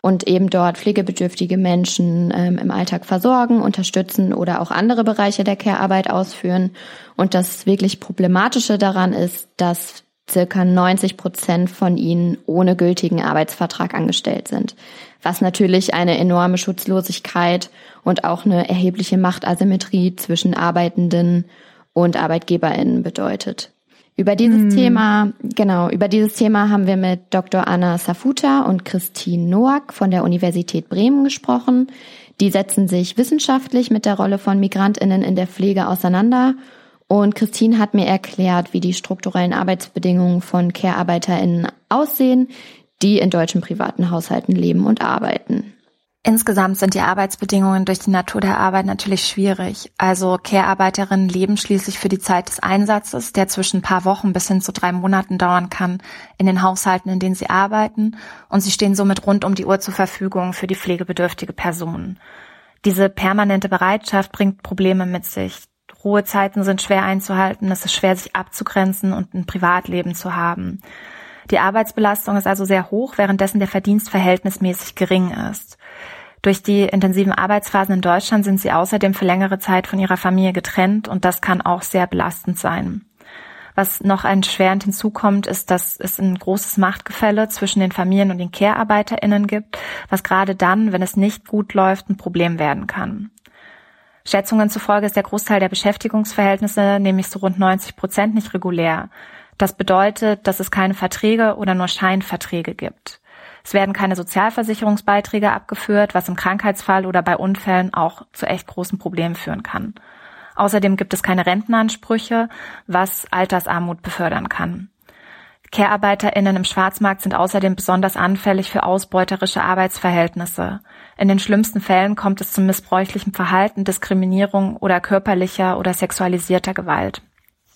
und eben dort pflegebedürftige Menschen ähm, im Alltag versorgen, unterstützen oder auch andere Bereiche der Care-Arbeit ausführen. Und das wirklich Problematische daran ist, dass circa neunzig Prozent von ihnen ohne gültigen Arbeitsvertrag angestellt sind, was natürlich eine enorme Schutzlosigkeit und auch eine erhebliche Machtasymmetrie zwischen Arbeitenden und ArbeitgeberInnen bedeutet. Über dieses hm. Thema, genau, über dieses Thema haben wir mit Doktor Anna Safuta und Christine Noack von der Universität Bremen gesprochen. Die setzen sich wissenschaftlich mit der Rolle von MigrantInnen in der Pflege auseinander. Und Christine hat mir erklärt, wie die strukturellen Arbeitsbedingungen von Care-ArbeiterInnen aussehen, die in deutschen privaten Haushalten leben und arbeiten. Insgesamt sind die Arbeitsbedingungen durch die Natur der Arbeit natürlich schwierig. Also Care-Arbeiterinnen leben schließlich für die Zeit des Einsatzes, der zwischen ein paar Wochen bis hin zu drei Monaten dauern kann, in den Haushalten, in denen sie arbeiten. Und sie stehen somit rund um die Uhr zur Verfügung für die pflegebedürftige Person. Diese permanente Bereitschaft bringt Probleme mit sich. Ruhezeiten sind schwer einzuhalten, es ist schwer, sich abzugrenzen und ein Privatleben zu haben. Die Arbeitsbelastung ist also sehr hoch, währenddessen der Verdienst verhältnismäßig gering ist. Durch die intensiven Arbeitsphasen in Deutschland sind sie außerdem für längere Zeit von ihrer Familie getrennt und das kann auch sehr belastend sein. Was noch erschwerend hinzukommt, ist, dass es ein großes Machtgefälle zwischen den Familien und den Care-ArbeiterInnen gibt, was gerade dann, wenn es nicht gut läuft, ein Problem werden kann. Schätzungen zufolge ist der Großteil der Beschäftigungsverhältnisse, nämlich so rund neunzig Prozent, nicht regulär. Das bedeutet, dass es keine Verträge oder nur Scheinverträge gibt. Es werden keine Sozialversicherungsbeiträge abgeführt, was im Krankheitsfall oder bei Unfällen auch zu echt großen Problemen führen kann. Außerdem gibt es keine Rentenansprüche, was Altersarmut befördern kann. Care-ArbeiterInnen im Schwarzmarkt sind außerdem besonders anfällig für ausbeuterische Arbeitsverhältnisse. In den schlimmsten Fällen kommt es zu missbräuchlichem Verhalten, Diskriminierung oder körperlicher oder sexualisierter Gewalt.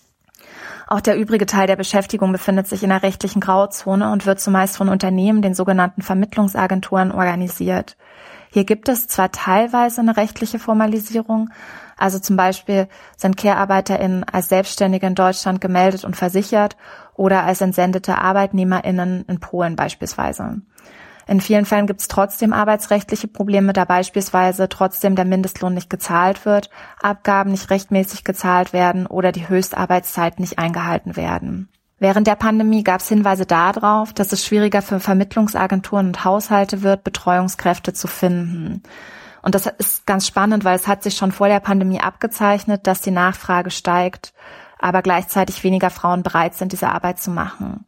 Auch der übrige Teil der Beschäftigung befindet sich in einer rechtlichen Grauzone und wird zumeist von Unternehmen, den sogenannten Vermittlungsagenturen, organisiert. Hier gibt es zwar teilweise eine rechtliche Formalisierung, also zum Beispiel sind Care-ArbeiterInnen als Selbstständige in Deutschland gemeldet und versichert oder als entsendete ArbeitnehmerInnen in Polen beispielsweise. In vielen Fällen gibt es trotzdem arbeitsrechtliche Probleme, da beispielsweise trotzdem der Mindestlohn nicht gezahlt wird, Abgaben nicht rechtmäßig gezahlt werden oder die Höchstarbeitszeiten nicht eingehalten werden. Während der Pandemie gab es Hinweise darauf, dass es schwieriger für Vermittlungsagenturen und Haushalte wird, Betreuungskräfte zu finden. Und das ist ganz spannend, weil es hat sich schon vor der Pandemie abgezeichnet, dass die Nachfrage steigt, aber gleichzeitig weniger Frauen bereit sind, diese Arbeit zu machen.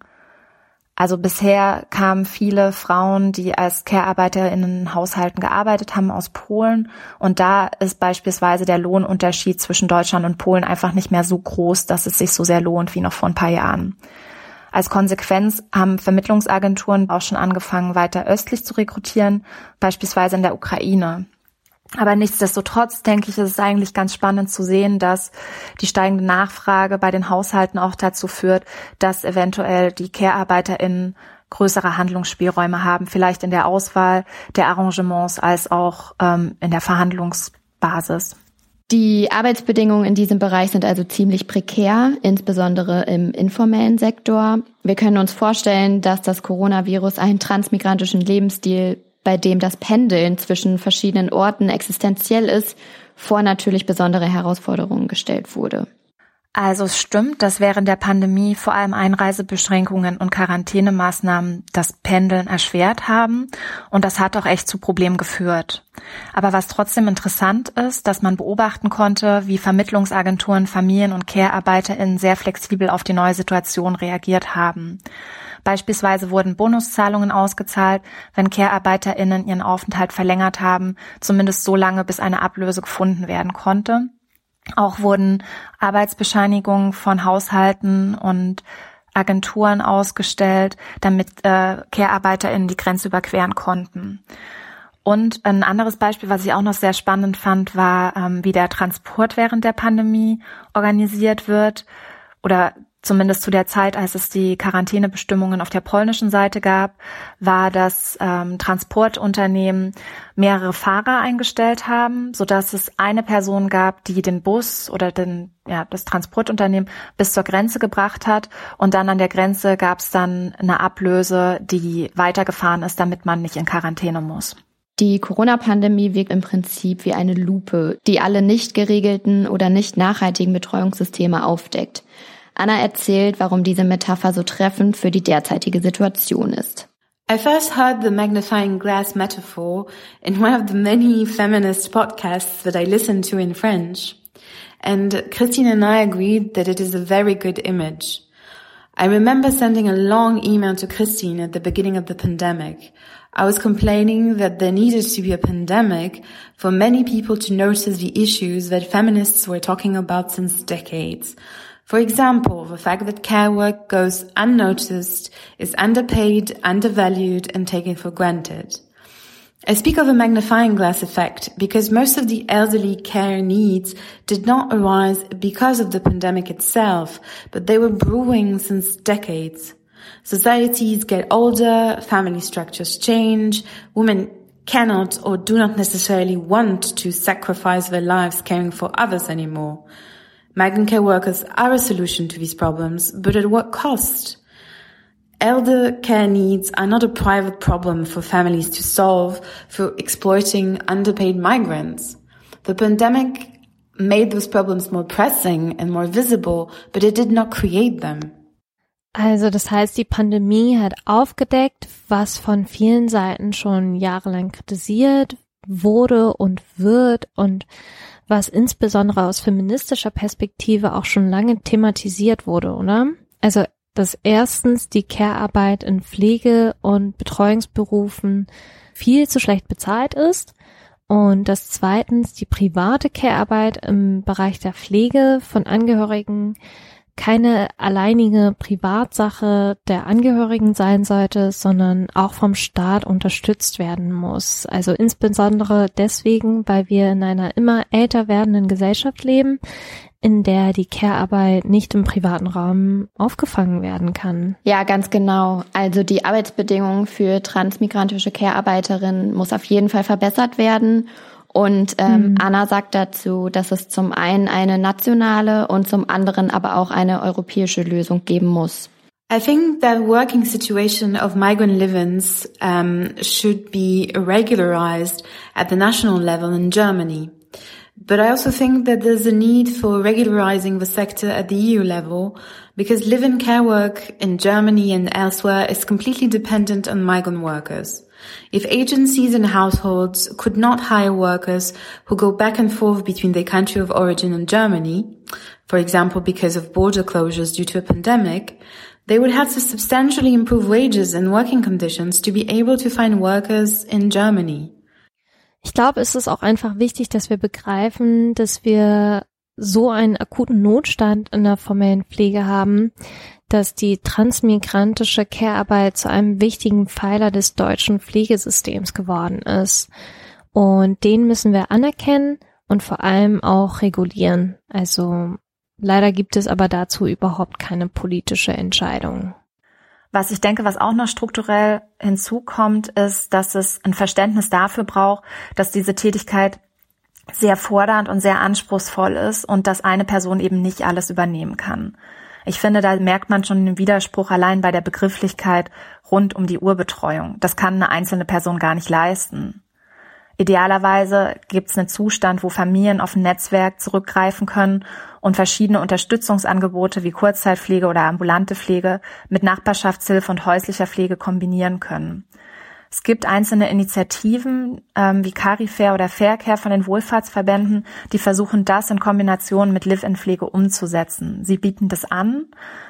Also bisher kamen viele Frauen, die als Care-ArbeiterInnen in Haushalten gearbeitet haben, aus Polen. Und da ist beispielsweise der Lohnunterschied zwischen Deutschland und Polen einfach nicht mehr so groß, dass es sich so sehr lohnt wie noch vor ein paar Jahren. Als Konsequenz haben Vermittlungsagenturen auch schon angefangen, weiter östlich zu rekrutieren, beispielsweise in der Ukraine. Aber nichtsdestotrotz, denke ich, ist es eigentlich ganz spannend zu sehen, dass die steigende Nachfrage bei den Haushalten auch dazu führt, dass eventuell die Care-ArbeiterInnen größere Handlungsspielräume haben, vielleicht in der Auswahl der Arrangements als auch ähm, in der Verhandlungsbasis. Die Arbeitsbedingungen in diesem Bereich sind also ziemlich prekär, insbesondere im informellen Sektor. Wir können uns vorstellen, dass das Coronavirus einen transmigrantischen Lebensstil, bei dem das Pendeln zwischen verschiedenen Orten existenziell ist, vor natürlich besondere Herausforderungen gestellt wurde. Also es stimmt, dass während der Pandemie vor allem Einreisebeschränkungen und Quarantänemaßnahmen das Pendeln erschwert haben und das hat auch echt zu Problemen geführt. Aber was trotzdem interessant ist, dass man beobachten konnte, wie Vermittlungsagenturen, Familien- und Care-ArbeiterInnen sehr flexibel auf die neue Situation reagiert haben. Beispielsweise wurden Bonuszahlungen ausgezahlt, wenn Care-ArbeiterInnen ihren Aufenthalt verlängert haben, zumindest so lange, bis eine Ablöse gefunden werden konnte. Auch wurden Arbeitsbescheinigungen von Haushalten und Agenturen ausgestellt, damit äh, Care-ArbeiterInnen die Grenze überqueren konnten. Und ein anderes Beispiel, was ich auch noch sehr spannend fand, war, ähm, wie der Transport während der Pandemie organisiert wird oder zumindest zu der Zeit, als es die Quarantänebestimmungen auf der polnischen Seite gab, war, dass ähm, Transportunternehmen mehrere Fahrer eingestellt haben, sodass es eine Person gab, die den Bus oder den, ja, das Transportunternehmen bis zur Grenze gebracht hat. Und dann an der Grenze gab es dann eine Ablöse, die weitergefahren ist, damit man nicht in Quarantäne muss. Die Corona-Pandemie wirkt im Prinzip wie eine Lupe, die alle nicht geregelten oder nicht nachhaltigen Betreuungssysteme aufdeckt. Anna erzählt, warum diese Metapher so treffend für die derzeitige Situation ist. I first heard the magnifying glass metaphor in one of the many feminist podcasts that I listen to in French. And Christine and I agreed that it is a very good image. I remember sending a long email to Christine at the beginning of the pandemic. I was complaining that there needed to be a pandemic for many people to notice the issues that feminists were talking about since decades. For example, the fact that care work goes unnoticed, is underpaid, undervalued, and taken for granted. I speak of a magnifying glass effect because most of the elderly care needs did not arise because of the pandemic itself, but they were brewing since decades. Societies get older, family structures change, women cannot or do not necessarily want to sacrifice their lives caring for others anymore. Migrant care workers are a solution to these problems, but at what cost? Elder care needs are not a private problem for families to solve through exploiting underpaid migrants. The pandemic made those problems more pressing and more visible, but it did not create them. Also das heißt, die Pandemie hat aufgedeckt, was von vielen Seiten schon jahrelang kritisiert wurde und wird und was insbesondere aus feministischer Perspektive auch schon lange thematisiert wurde, oder? Also, dass erstens die Care-Arbeit in Pflege- und Betreuungsberufen viel zu schlecht bezahlt ist und dass zweitens die private Care-Arbeit im Bereich der Pflege von Angehörigen keine alleinige Privatsache der Angehörigen sein sollte, sondern auch vom Staat unterstützt werden muss. Also insbesondere deswegen, weil wir in einer immer älter werdenden Gesellschaft leben, in der die Care-Arbeit nicht im privaten Raum aufgefangen werden kann. Ja, ganz genau. Also die Arbeitsbedingungen für transmigrantische Care-Arbeiterinnen muss auf jeden Fall verbessert werden. Und ähm, mhm. Anna sagt dazu, dass es zum einen eine nationale und zum anderen aber auch eine europäische Lösung geben muss. I think that working situation of migrant live-ins um, should be regularized at the national level in Germany. But I also think that there's a need for regularizing the sector at the E U level because live-in care work in Germany and elsewhere is completely dependent on migrant workers. If agencies and households could not hire workers who go back and forth between their country of origin and Germany, for example because of border closures due to a pandemic, they would have to substantially improve wages and working conditions to be able to find workers in Germany. Ich glaube, es ist auch einfach wichtig, dass wir begreifen, dass wir so einen akuten Notstand in der formellen Pflege haben, dass die transmigrantische Care-Arbeit zu einem wichtigen Pfeiler des deutschen Pflegesystems geworden ist. Und den müssen wir anerkennen und vor allem auch regulieren. Also leider gibt es aber dazu überhaupt keine politische Entscheidung. Was ich denke, was auch noch strukturell hinzukommt, ist, dass es ein Verständnis dafür braucht, dass diese Tätigkeit sehr fordernd und sehr anspruchsvoll ist und dass eine Person eben nicht alles übernehmen kann. Ich finde, da merkt man schon den Widerspruch allein bei der Begrifflichkeit rund um die Urbetreuung. Das kann eine einzelne Person gar nicht leisten. Idealerweise gibt es einen Zustand, wo Familien auf ein Netzwerk zurückgreifen können und verschiedene Unterstützungsangebote wie Kurzzeitpflege oder ambulante Pflege mit Nachbarschaftshilfe und häuslicher Pflege kombinieren können. Es gibt einzelne Initiativen ähm, wie Carifair oder Faircare von den Wohlfahrtsverbänden, die versuchen, das in Kombination mit Live-in-Pflege umzusetzen. Sie bieten das an,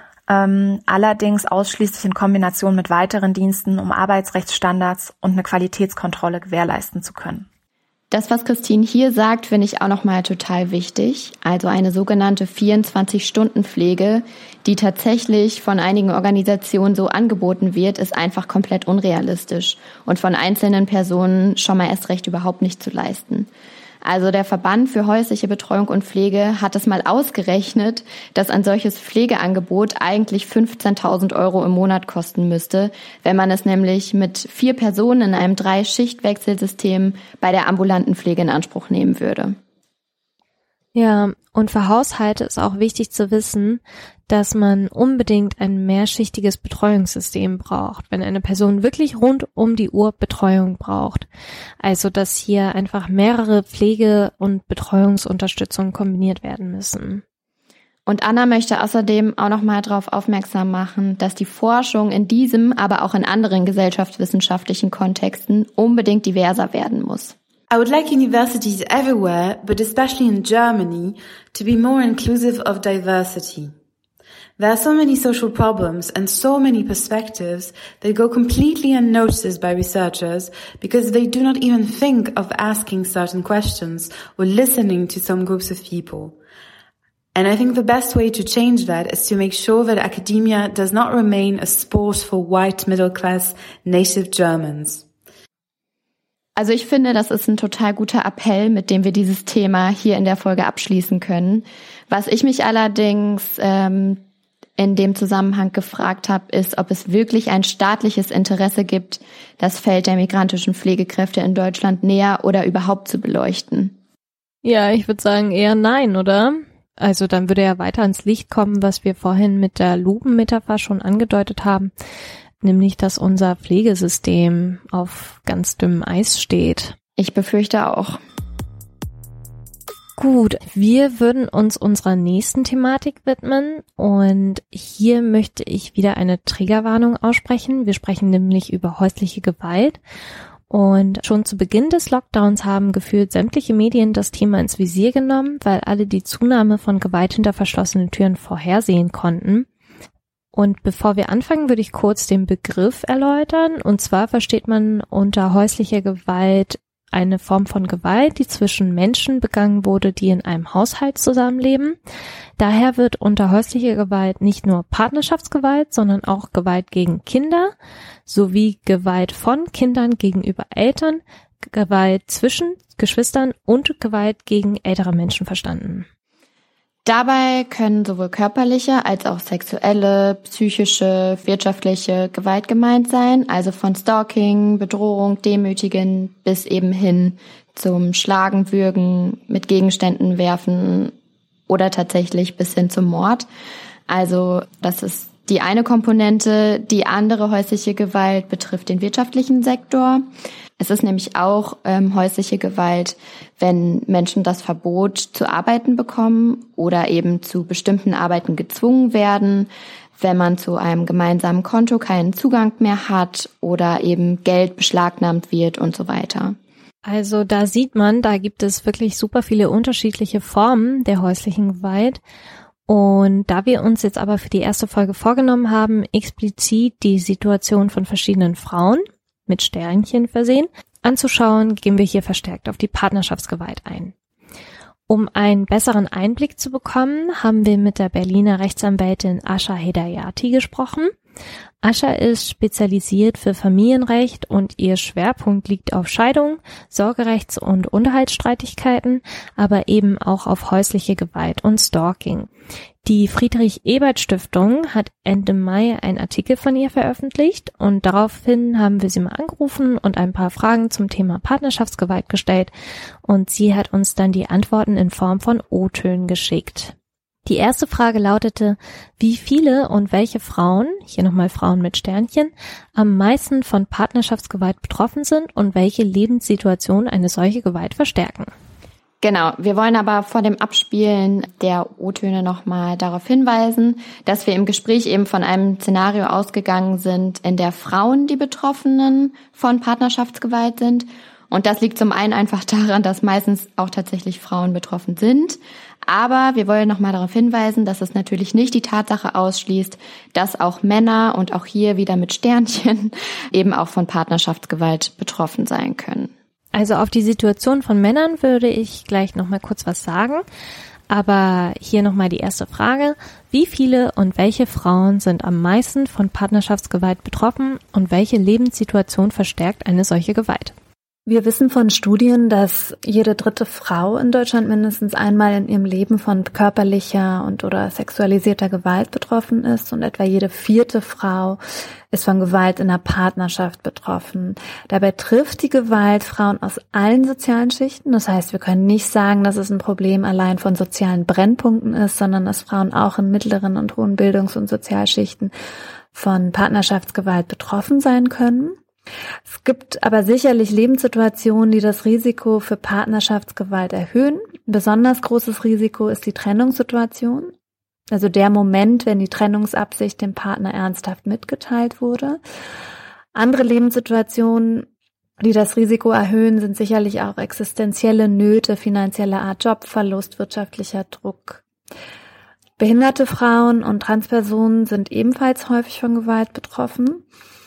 ähm, allerdings ausschließlich in Kombination mit weiteren Diensten, um Arbeitsrechtsstandards und eine Qualitätskontrolle gewährleisten zu können. Das, was Christine hier sagt, finde ich auch nochmal total wichtig. Also eine sogenannte vierundzwanzig-Stunden-Pflege, die tatsächlich von einigen Organisationen so angeboten wird, ist einfach komplett unrealistisch und von einzelnen Personen schon mal erst recht überhaupt nicht zu leisten. Also der Verband für häusliche Betreuung und Pflege hat es mal ausgerechnet, dass ein solches Pflegeangebot eigentlich fünfzehntausend Euro im Monat kosten müsste, wenn man es nämlich mit vier Personen in einem Drei-Schicht-Wechselsystem bei der ambulanten Pflege in Anspruch nehmen würde. Ja, und für Haushalte ist auch wichtig zu wissen, dass man unbedingt ein mehrschichtiges Betreuungssystem braucht, wenn eine Person wirklich rund um die Uhr Betreuung braucht. Also, dass hier einfach mehrere Pflege- und Betreuungsunterstützungen kombiniert werden müssen. Und Anna möchte außerdem auch noch mal darauf aufmerksam machen, dass die Forschung in diesem, aber auch in anderen gesellschaftswissenschaftlichen Kontexten unbedingt diverser werden muss. I would like universities everywhere, but especially in Germany, to be more inclusive of diversity. There are so many social problems and so many perspectives that go completely unnoticed by researchers because they do not even think of asking certain questions or listening to some groups of people. And I think the best way to change that is to make sure that academia does not remain a sport for white middle-class native Germans. Also ich finde, das ist ein total guter Appell, mit dem wir dieses Thema hier in der Folge abschließen können. Was ich mich allerdings ähm, in dem Zusammenhang gefragt habe, ist, ob es wirklich ein staatliches Interesse gibt, das Feld der migrantischen Pflegekräfte in Deutschland näher oder überhaupt zu beleuchten. Ja, ich würde sagen eher nein, oder? Also dann würde ja weiter ans Licht kommen, was wir vorhin mit der Lupenmetapher schon angedeutet haben, nämlich, dass unser Pflegesystem auf ganz dünnem Eis steht. Ich befürchte auch. Gut, wir würden uns unserer nächsten Thematik widmen und hier möchte ich wieder eine Triggerwarnung aussprechen. Wir sprechen nämlich über häusliche Gewalt und schon zu Beginn des Lockdowns haben gefühlt sämtliche Medien das Thema ins Visier genommen, weil alle die Zunahme von Gewalt hinter verschlossenen Türen vorhersehen konnten. Und bevor wir anfangen, würde ich kurz den Begriff erläutern. Und zwar versteht man unter häuslicher Gewalt eine Form von Gewalt, die zwischen Menschen begangen wurde, die in einem Haushalt zusammenleben. Daher wird unter häuslicher Gewalt nicht nur Partnerschaftsgewalt, sondern auch Gewalt gegen Kinder sowie Gewalt von Kindern gegenüber Eltern, Gewalt zwischen Geschwistern und Gewalt gegen ältere Menschen verstanden. Dabei können sowohl körperliche als auch sexuelle, psychische, wirtschaftliche Gewalt gemeint sein, also von Stalking, Bedrohung, Demütigen bis eben hin zum Schlagen, Würgen, mit Gegenständen werfen oder tatsächlich bis hin zum Mord. Also das ist die eine Komponente. Die andere häusliche Gewalt betrifft den wirtschaftlichen Sektor. Es ist nämlich auch ähm, häusliche Gewalt, wenn Menschen das Verbot zu arbeiten bekommen oder eben zu bestimmten Arbeiten gezwungen werden, wenn man zu einem gemeinsamen Konto keinen Zugang mehr hat oder eben Geld beschlagnahmt wird und so weiter. Also da sieht man, da gibt es wirklich super viele unterschiedliche Formen der häuslichen Gewalt. Und da wir uns jetzt aber für die erste Folge vorgenommen haben, explizit die Situation von verschiedenen Frauen mit Sternchen versehen, anzuschauen, gehen wir hier verstärkt auf die Partnerschaftsgewalt ein. Um einen besseren Einblick zu bekommen, haben wir mit der Berliner Rechtsanwältin Asha Hedayati gesprochen. Asha ist spezialisiert für Familienrecht und ihr Schwerpunkt liegt auf Scheidung, Sorgerechts- und Unterhaltsstreitigkeiten, aber eben auch auf häusliche Gewalt und Stalking. Die Friedrich-Ebert-Stiftung hat Ende Mai einen Artikel von ihr veröffentlicht und daraufhin haben wir sie mal angerufen und ein paar Fragen zum Thema Partnerschaftsgewalt gestellt und sie hat uns dann die Antworten in Form von O-Tönen geschickt. Die erste Frage lautete, wie viele und welche Frauen, hier nochmal Frauen mit Sternchen, am meisten von Partnerschaftsgewalt betroffen sind und welche Lebenssituationen eine solche Gewalt verstärken. Genau, wir wollen aber vor dem Abspielen der O-Töne nochmal darauf hinweisen, dass wir im Gespräch eben von einem Szenario ausgegangen sind, in der Frauen die Betroffenen von Partnerschaftsgewalt sind. Und das liegt zum einen einfach daran, dass meistens auch tatsächlich Frauen betroffen sind. Aber wir wollen nochmal darauf hinweisen, dass es natürlich nicht die Tatsache ausschließt, dass auch Männer und auch hier wieder mit Sternchen eben auch von Partnerschaftsgewalt betroffen sein können. Also auf die Situation von Männern würde ich gleich nochmal kurz was sagen. Aber hier nochmal die erste Frage. Wie viele und welche Frauen sind am meisten von Partnerschaftsgewalt betroffen und welche Lebenssituation verstärkt eine solche Gewalt? Wir wissen von Studien, dass jede dritte Frau in Deutschland mindestens einmal in ihrem Leben von körperlicher und oder sexualisierter Gewalt betroffen ist und etwa jede vierte Frau ist von Gewalt in der Partnerschaft betroffen. Dabei trifft die Gewalt Frauen aus allen sozialen Schichten. Das heißt, wir können nicht sagen, dass es ein Problem allein von sozialen Brennpunkten ist, sondern dass Frauen auch in mittleren und hohen Bildungs- und Sozialschichten von Partnerschaftsgewalt betroffen sein können. Es gibt aber sicherlich Lebenssituationen, die das Risiko für Partnerschaftsgewalt erhöhen. Ein besonders großes Risiko ist die Trennungssituation, also der Moment, wenn die Trennungsabsicht dem Partner ernsthaft mitgeteilt wurde. Andere Lebenssituationen, die das Risiko erhöhen, sind sicherlich auch existenzielle Nöte, finanzieller Art, Jobverlust, wirtschaftlicher Druck. Behinderte Frauen und Transpersonen sind ebenfalls häufig von Gewalt betroffen.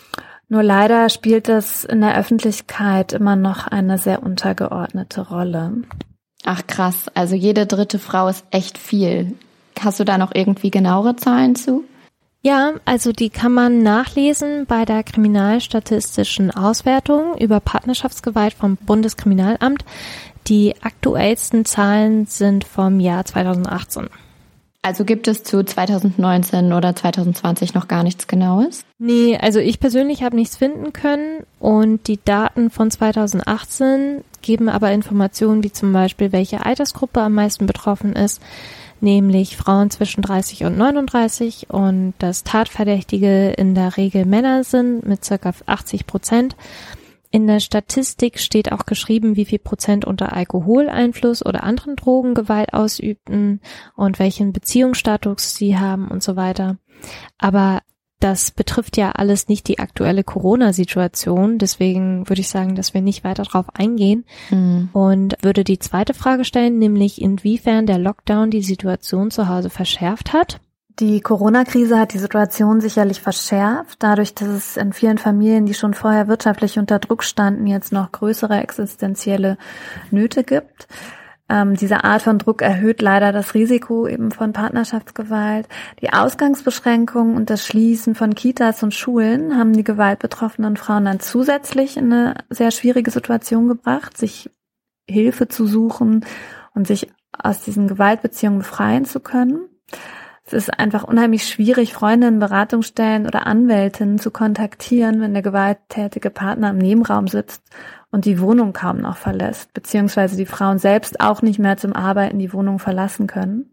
Nur leider spielt das in der Öffentlichkeit immer noch eine sehr untergeordnete Rolle. Ach krass, also jede dritte Frau ist echt viel. Hast du da noch irgendwie genauere Zahlen zu? Ja, also die kann man nachlesen bei der Kriminalstatistischen Auswertung über Partnerschaftsgewalt vom Bundeskriminalamt. Die aktuellsten Zahlen sind vom Jahr zweitausendachtzehn. Also gibt es zu zweitausendneunzehn oder zweitausendzwanzig noch gar nichts Genaues? Nee, also ich persönlich habe nichts finden können und die Daten von zweitausendachtzehn geben aber Informationen wie zum Beispiel, welche Altersgruppe am meisten betroffen ist, nämlich Frauen zwischen dreißig und neununddreißig und dass Tatverdächtige in der Regel Männer sind mit circa achtzig Prozent. In der Statistik steht auch geschrieben, wie viel Prozent unter Alkoholeinfluss oder anderen Drogen Gewalt ausübten und welchen Beziehungsstatus sie haben und so weiter. Aber das betrifft ja alles nicht die aktuelle Corona-Situation. Deswegen würde ich sagen, dass wir nicht weiter drauf eingehen. Mhm. Und würde die zweite Frage stellen, nämlich inwiefern der Lockdown die Situation zu Hause verschärft hat. Die Corona-Krise hat die Situation sicherlich verschärft, dadurch, dass es in vielen Familien, die schon vorher wirtschaftlich unter Druck standen, jetzt noch größere existenzielle Nöte gibt. Ähm, diese Art von Druck erhöht leider das Risiko eben von Partnerschaftsgewalt. Die Ausgangsbeschränkungen und das Schließen von Kitas und Schulen haben die gewaltbetroffenen Frauen dann zusätzlich in eine sehr schwierige Situation gebracht, sich Hilfe zu suchen und sich aus diesen Gewaltbeziehungen befreien zu können. Es ist einfach unheimlich schwierig, Freundinnen, Beratungsstellen oder Anwältinnen zu kontaktieren, wenn der gewalttätige Partner im Nebenraum sitzt und die Wohnung kaum noch verlässt, beziehungsweise die Frauen selbst auch nicht mehr zum Arbeiten die Wohnung verlassen können.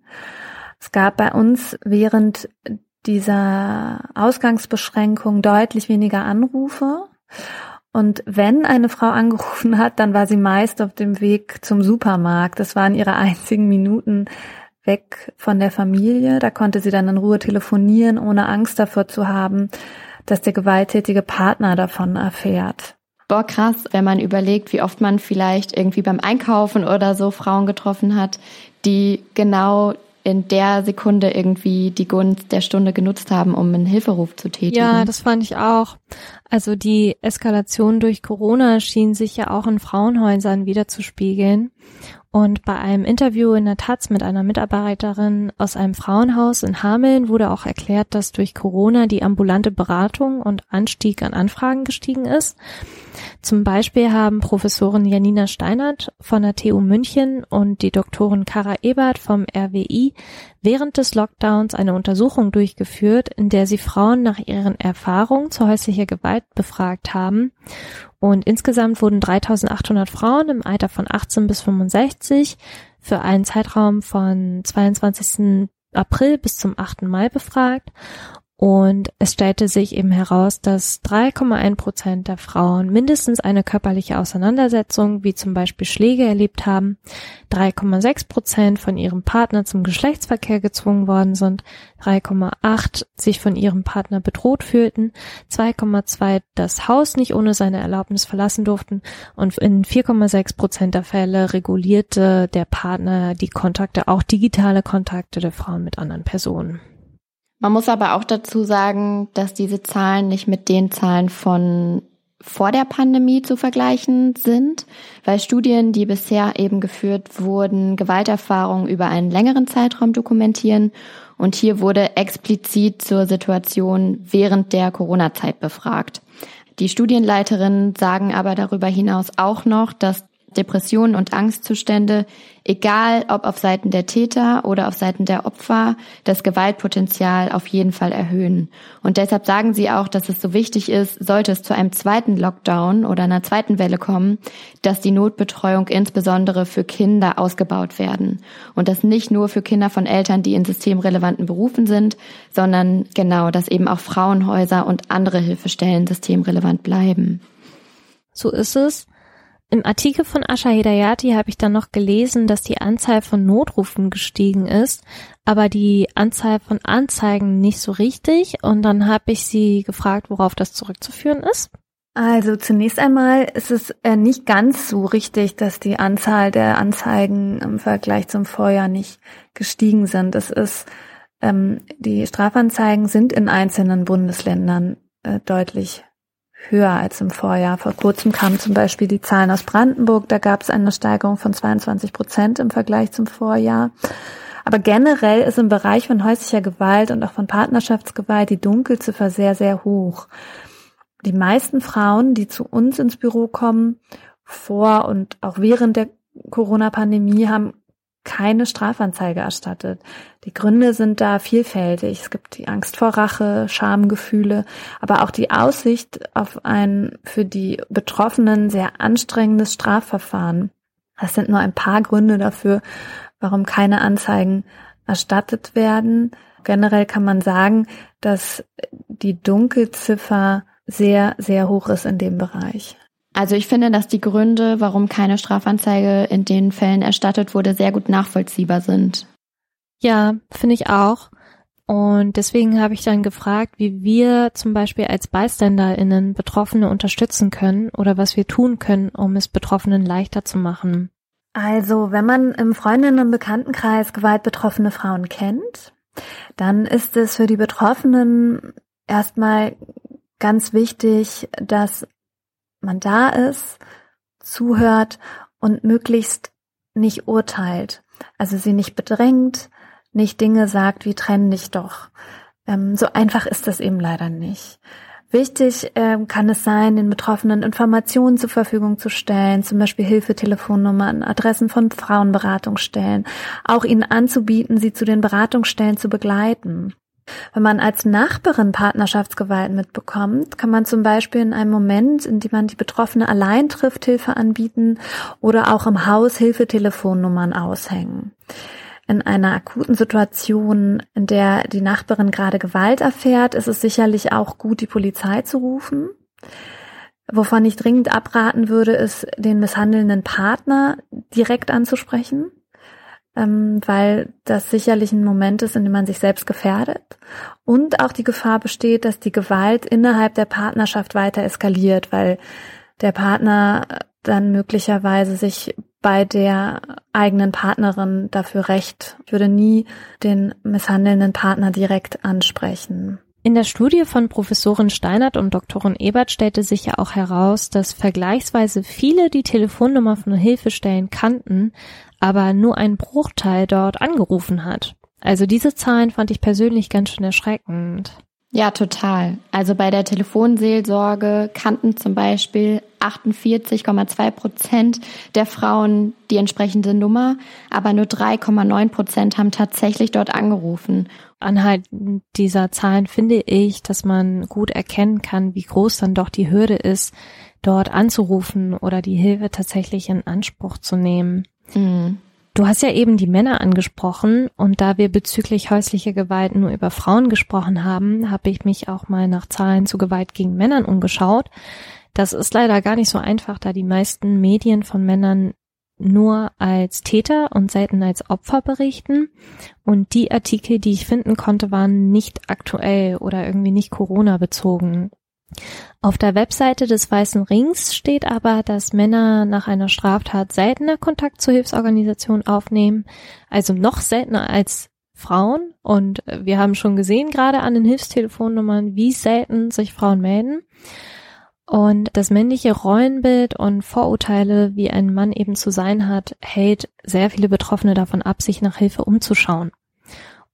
Es gab bei uns während dieser Ausgangsbeschränkung deutlich weniger Anrufe. Und wenn eine Frau angerufen hat, dann war sie meist auf dem Weg zum Supermarkt. Das waren ihre einzigen Minuten weg von der Familie. Da konnte sie dann in Ruhe telefonieren, ohne Angst davor zu haben, dass der gewalttätige Partner davon erfährt. Boah, krass, wenn man überlegt, wie oft man vielleicht irgendwie beim Einkaufen oder so Frauen getroffen hat, die genau in der Sekunde irgendwie die Gunst der Stunde genutzt haben, um einen Hilferuf zu tätigen. Ja, das fand ich auch. Also die Eskalation durch Corona schien sich ja auch in Frauenhäusern wiederzuspiegeln. Und bei einem Interview in der Taz mit einer Mitarbeiterin aus einem Frauenhaus in Hameln wurde auch erklärt, dass durch Corona die ambulante Beratung und Anstieg an Anfragen gestiegen ist. Zum Beispiel haben Professorin Janina Steinert von der T U München und die Doktorin Kara Ebert vom R W I während des Lockdowns eine Untersuchung durchgeführt, in der sie Frauen nach ihren Erfahrungen zu häuslicher Gewalt befragt haben. Und insgesamt wurden dreitausendachthundert Frauen im Alter von achtzehn bis fünfundsechzig für einen Zeitraum von zweiundzwanzigsten April bis zum achten Mai befragt. Und es stellte sich eben heraus, dass drei Komma eins Prozent der Frauen mindestens eine körperliche Auseinandersetzung, wie zum Beispiel Schläge, erlebt haben, drei Komma sechs Prozent von ihrem Partner zum Geschlechtsverkehr gezwungen worden sind, drei Komma acht sich von ihrem Partner bedroht fühlten, zwei Komma zwei das Haus nicht ohne seine Erlaubnis verlassen durften und in vier Komma sechs Prozent der Fälle regulierte der Partner die Kontakte, auch digitale Kontakte der Frauen mit anderen Personen. Man muss aber auch dazu sagen, dass diese Zahlen nicht mit den Zahlen von vor der Pandemie zu vergleichen sind, weil Studien, die bisher eben geführt wurden, Gewalterfahrungen über einen längeren Zeitraum dokumentieren. Und hier wurde explizit zur Situation während der Corona-Zeit befragt. Die Studienleiterinnen sagen aber darüber hinaus auch noch, dass Depressionen und Angstzustände, egal ob auf Seiten der Täter oder auf Seiten der Opfer, das Gewaltpotenzial auf jeden Fall erhöhen. Und deshalb sagen sie auch, dass es so wichtig ist, sollte es zu einem zweiten Lockdown oder einer zweiten Welle kommen, dass die Notbetreuung insbesondere für Kinder ausgebaut werden. Und das nicht nur für Kinder von Eltern, die in systemrelevanten Berufen sind, sondern genau, dass eben auch Frauenhäuser und andere Hilfestellen systemrelevant bleiben. So ist es. Im Artikel von Asha Hedayati habe ich dann noch gelesen, dass die Anzahl von Notrufen gestiegen ist, aber die Anzahl von Anzeigen nicht so richtig. Und dann habe ich sie gefragt, worauf das zurückzuführen ist. Also zunächst einmal ist es äh, nicht ganz so richtig, dass die Anzahl der Anzeigen im Vergleich zum Vorjahr nicht gestiegen sind. Es ist, ähm, die Strafanzeigen sind in einzelnen Bundesländern äh, deutlich höher als im Vorjahr. Vor kurzem kamen zum Beispiel die Zahlen aus Brandenburg, da gab es eine Steigerung von zweiundzwanzig Prozent im Vergleich zum Vorjahr. Aber generell ist im Bereich von häuslicher Gewalt und auch von Partnerschaftsgewalt die Dunkelziffer sehr, sehr hoch. Die meisten Frauen, die zu uns ins Büro kommen, vor und auch während der Corona-Pandemie, haben keine Strafanzeige erstattet. Die Gründe sind da vielfältig. Es gibt die Angst vor Rache, Schamgefühle, aber auch die Aussicht auf ein für die Betroffenen sehr anstrengendes Strafverfahren. Das sind nur ein paar Gründe dafür, warum keine Anzeigen erstattet werden. Generell kann man sagen, dass die Dunkelziffer sehr, sehr hoch ist in dem Bereich. Also ich finde, dass die Gründe, warum keine Strafanzeige in den Fällen erstattet wurde, sehr gut nachvollziehbar sind. Ja, finde ich auch. Und deswegen habe ich dann gefragt, wie wir zum Beispiel als BeiständerInnen Betroffene unterstützen können oder was wir tun können, um es Betroffenen leichter zu machen. Also, wenn man im Freundinnen- und Bekanntenkreis gewaltbetroffene Frauen kennt, dann ist es für die Betroffenen erstmal ganz wichtig, dass man da ist, zuhört und möglichst nicht urteilt. Also sie nicht bedrängt, nicht Dinge sagt wie trenn dich doch. Ähm, so einfach ist das eben leider nicht. Wichtig ähm, kann es sein, den Betroffenen Informationen zur Verfügung zu stellen, zum Beispiel Hilfetelefonnummern, Adressen von Frauenberatungsstellen, auch ihnen anzubieten, sie zu den Beratungsstellen zu begleiten. Wenn man als Nachbarin Partnerschaftsgewalt mitbekommt, kann man zum Beispiel in einem Moment, in dem man die Betroffene allein trifft, Hilfe anbieten oder auch im Haus Hilfetelefonnummern aushängen. In einer akuten Situation, in der die Nachbarin gerade Gewalt erfährt, ist es sicherlich auch gut, die Polizei zu rufen. Wovon ich dringend abraten würde, ist, den misshandelnden Partner direkt anzusprechen, weil das sicherlich ein Moment ist, in dem man sich selbst gefährdet und auch die Gefahr besteht, dass die Gewalt innerhalb der Partnerschaft weiter eskaliert, weil der Partner dann möglicherweise sich bei der eigenen Partnerin dafür rächt. Ich würde nie den misshandelnden Partner direkt ansprechen. In der Studie von Professorin Steinert und Doktorin Ebert stellte sich ja auch heraus, dass vergleichsweise viele die Telefonnummer von Hilfestellen kannten, aber nur ein Bruchteil dort angerufen hat. Also diese Zahlen fand ich persönlich ganz schön erschreckend. Ja, total. Also bei der Telefonseelsorge kannten zum Beispiel achtundvierzig Komma zwei Prozent der Frauen die entsprechende Nummer, aber nur drei Komma neun Prozent haben tatsächlich dort angerufen. Anhand dieser Zahlen finde ich, dass man gut erkennen kann, wie groß dann doch die Hürde ist, dort anzurufen oder die Hilfe tatsächlich in Anspruch zu nehmen. Mhm. Du hast ja eben die Männer angesprochen und da wir bezüglich häuslicher Gewalt nur über Frauen gesprochen haben, habe ich mich auch mal nach Zahlen zu Gewalt gegen Männern umgeschaut. Das ist leider gar nicht so einfach, da die meisten Medien von Männern nur als Täter und selten als Opfer berichten. Und die Artikel, die ich finden konnte, waren nicht aktuell oder irgendwie nicht Corona-bezogen. Auf der Webseite des Weißen Rings steht aber, dass Männer nach einer Straftat seltener Kontakt zur Hilfsorganisation aufnehmen, also noch seltener als Frauen. Und wir haben schon gesehen, gerade an den Hilfstelefonnummern, wie selten sich Frauen melden. Und das männliche Rollenbild und Vorurteile, wie ein Mann eben zu sein hat, hält sehr viele Betroffene davon ab, sich nach Hilfe umzuschauen.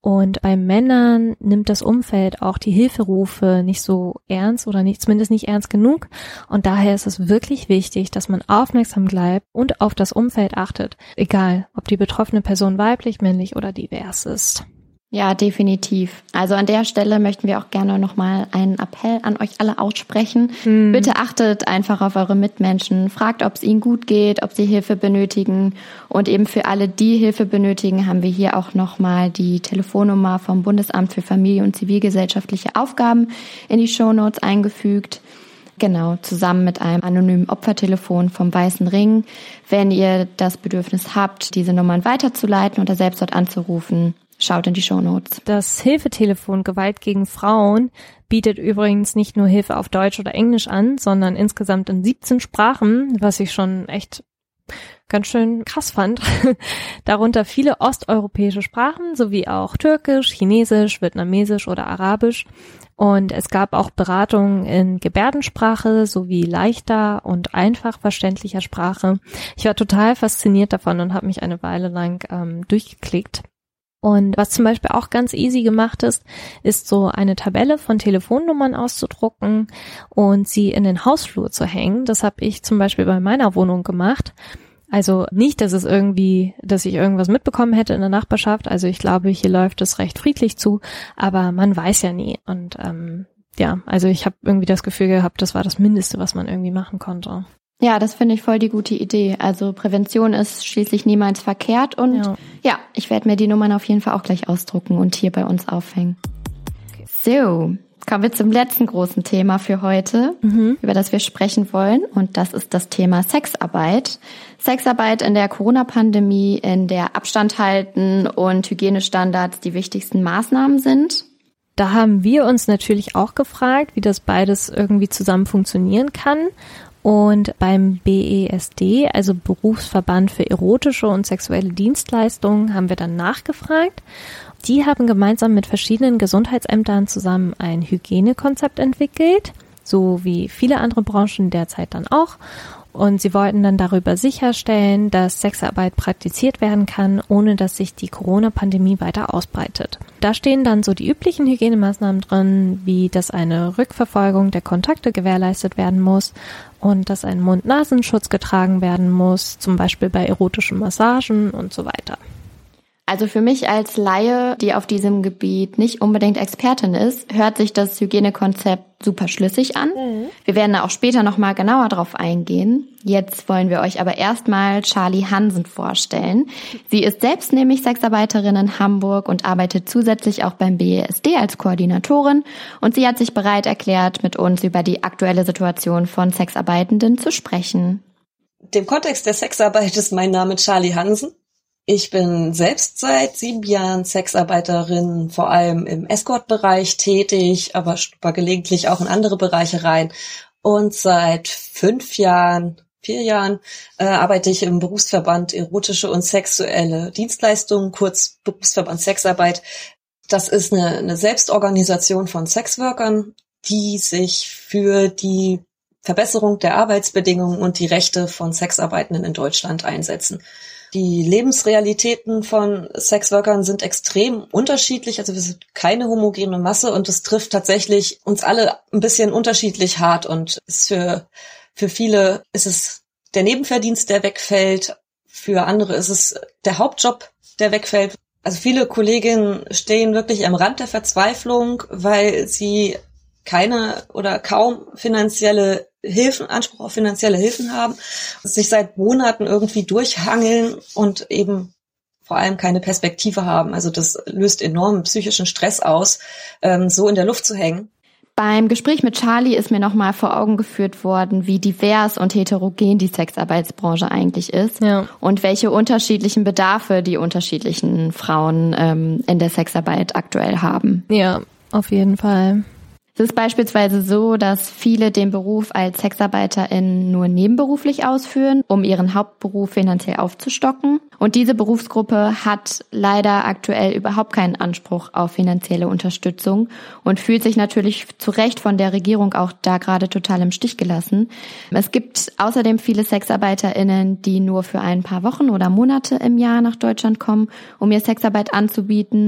Und bei Männern nimmt das Umfeld auch die Hilferufe nicht so ernst oder nicht, zumindest nicht ernst genug. Und daher ist es wirklich wichtig, dass man aufmerksam bleibt und auf das Umfeld achtet. Egal, ob die betroffene Person weiblich, männlich oder divers ist. Ja, definitiv. Also an der Stelle möchten wir auch gerne nochmal einen Appell an euch alle aussprechen. Mhm. Bitte achtet einfach auf eure Mitmenschen. Fragt, ob es ihnen gut geht, ob sie Hilfe benötigen. Und eben für alle, die Hilfe benötigen, haben wir hier auch nochmal die Telefonnummer vom Bundesamt für Familie und zivilgesellschaftliche Aufgaben in die Shownotes eingefügt. Genau, zusammen mit einem anonymen Opfertelefon vom Weißen Ring. Wenn ihr das Bedürfnis habt, diese Nummern weiterzuleiten oder selbst dort anzurufen, schaut in die Shownotes. Das Hilfetelefon Gewalt gegen Frauen bietet übrigens nicht nur Hilfe auf Deutsch oder Englisch an, sondern insgesamt in siebzehn Sprachen, was ich schon echt ganz schön krass fand. Darunter viele osteuropäische Sprachen sowie auch Türkisch, Chinesisch, Vietnamesisch oder Arabisch. Und es gab auch Beratungen in Gebärdensprache sowie leichter und einfach verständlicher Sprache. Ich war total fasziniert davon und habe mich eine Weile lang ähm, durchgeklickt. Und was zum Beispiel auch ganz easy gemacht ist, ist so eine Tabelle von Telefonnummern auszudrucken und sie in den Hausflur zu hängen. Das habe ich zum Beispiel bei meiner Wohnung gemacht. Also nicht, dass es irgendwie, dass ich irgendwas mitbekommen hätte in der Nachbarschaft. Also ich glaube, hier läuft es recht friedlich zu, aber man weiß ja nie. Und ähm, ja, also ich habe irgendwie das Gefühl gehabt, das war das Mindeste, was man irgendwie machen konnte. Ja, das finde ich voll die gute Idee. Also Prävention ist schließlich niemals verkehrt und ja, ja ich werde mir die Nummern auf jeden Fall auch gleich ausdrucken und hier bei uns aufhängen. Okay. So, kommen wir zum letzten großen Thema für heute, mhm. über das wir sprechen wollen, und das ist das Thema Sexarbeit. Sexarbeit in der Corona-Pandemie, in der Abstand halten und Hygienestandards die wichtigsten Maßnahmen sind. Da haben wir uns natürlich auch gefragt, wie das beides irgendwie zusammen funktionieren kann. Und beim B E S D, also Berufsverband für erotische und sexuelle Dienstleistungen, haben wir dann nachgefragt. Die haben gemeinsam mit verschiedenen Gesundheitsämtern zusammen ein Hygienekonzept entwickelt, so wie viele andere Branchen derzeit dann auch. Und sie wollten dann darüber sicherstellen, dass Sexarbeit praktiziert werden kann, ohne dass sich die Corona-Pandemie weiter ausbreitet. Da stehen dann so die üblichen Hygienemaßnahmen drin, wie dass eine Rückverfolgung der Kontakte gewährleistet werden muss und dass ein Mund-Nasenschutz getragen werden muss, zum Beispiel bei erotischen Massagen und so weiter. Also für mich als Laie, die auf diesem Gebiet nicht unbedingt Expertin ist, hört sich das Hygienekonzept super schlüssig an. Mhm. Wir werden da auch später nochmal genauer drauf eingehen. Jetzt wollen wir euch aber erstmal Charlie Hansen vorstellen. Sie ist selbst nämlich Sexarbeiterin in Hamburg und arbeitet zusätzlich auch beim B E S D als Koordinatorin. Und sie hat sich bereit erklärt, mit uns über die aktuelle Situation von Sexarbeitenden zu sprechen. Dem Kontext der Sexarbeit ist mein Name Charlie Hansen. Ich bin selbst seit sieben Jahren Sexarbeiterin, vor allem im Escort-Bereich tätig, aber schnupper gelegentlich auch in andere Bereiche rein. Und seit fünf Jahren, vier Jahren äh, arbeite ich im Berufsverband erotische und sexuelle Dienstleistungen, kurz Berufsverband Sexarbeit. Das ist eine, eine Selbstorganisation von Sexworkern, die sich für die Verbesserung der Arbeitsbedingungen und die Rechte von Sexarbeitenden in Deutschland einsetzen. Die Lebensrealitäten von Sexworkern sind extrem unterschiedlich, also wir sind keine homogene Masse und es trifft tatsächlich uns alle ein bisschen unterschiedlich hart und ist für, für viele ist es der Nebenverdienst, der wegfällt, für andere ist es der Hauptjob, der wegfällt. Also viele Kolleginnen stehen wirklich am Rand der Verzweiflung, weil sie keine oder kaum finanzielle Hilfen, Anspruch auf finanzielle Hilfen haben, sich seit Monaten irgendwie durchhangeln und eben vor allem keine Perspektive haben. Also das löst enormen psychischen Stress aus, ähm, so in der Luft zu hängen. Beim Gespräch mit Charlie ist mir nochmal vor Augen geführt worden, wie divers und heterogen die Sexarbeitsbranche eigentlich ist, ja, und welche unterschiedlichen Bedarfe die unterschiedlichen Frauen ähm, in der Sexarbeit aktuell haben. Ja, auf jeden Fall. Es ist beispielsweise so, dass viele den Beruf als SexarbeiterInnen nur nebenberuflich ausführen, um ihren Hauptberuf finanziell aufzustocken. Und diese Berufsgruppe hat leider aktuell überhaupt keinen Anspruch auf finanzielle Unterstützung und fühlt sich natürlich zu Recht von der Regierung auch da gerade total im Stich gelassen. Es gibt außerdem viele SexarbeiterInnen, die nur für ein paar Wochen oder Monate im Jahr nach Deutschland kommen, um ihr Sexarbeit anzubieten.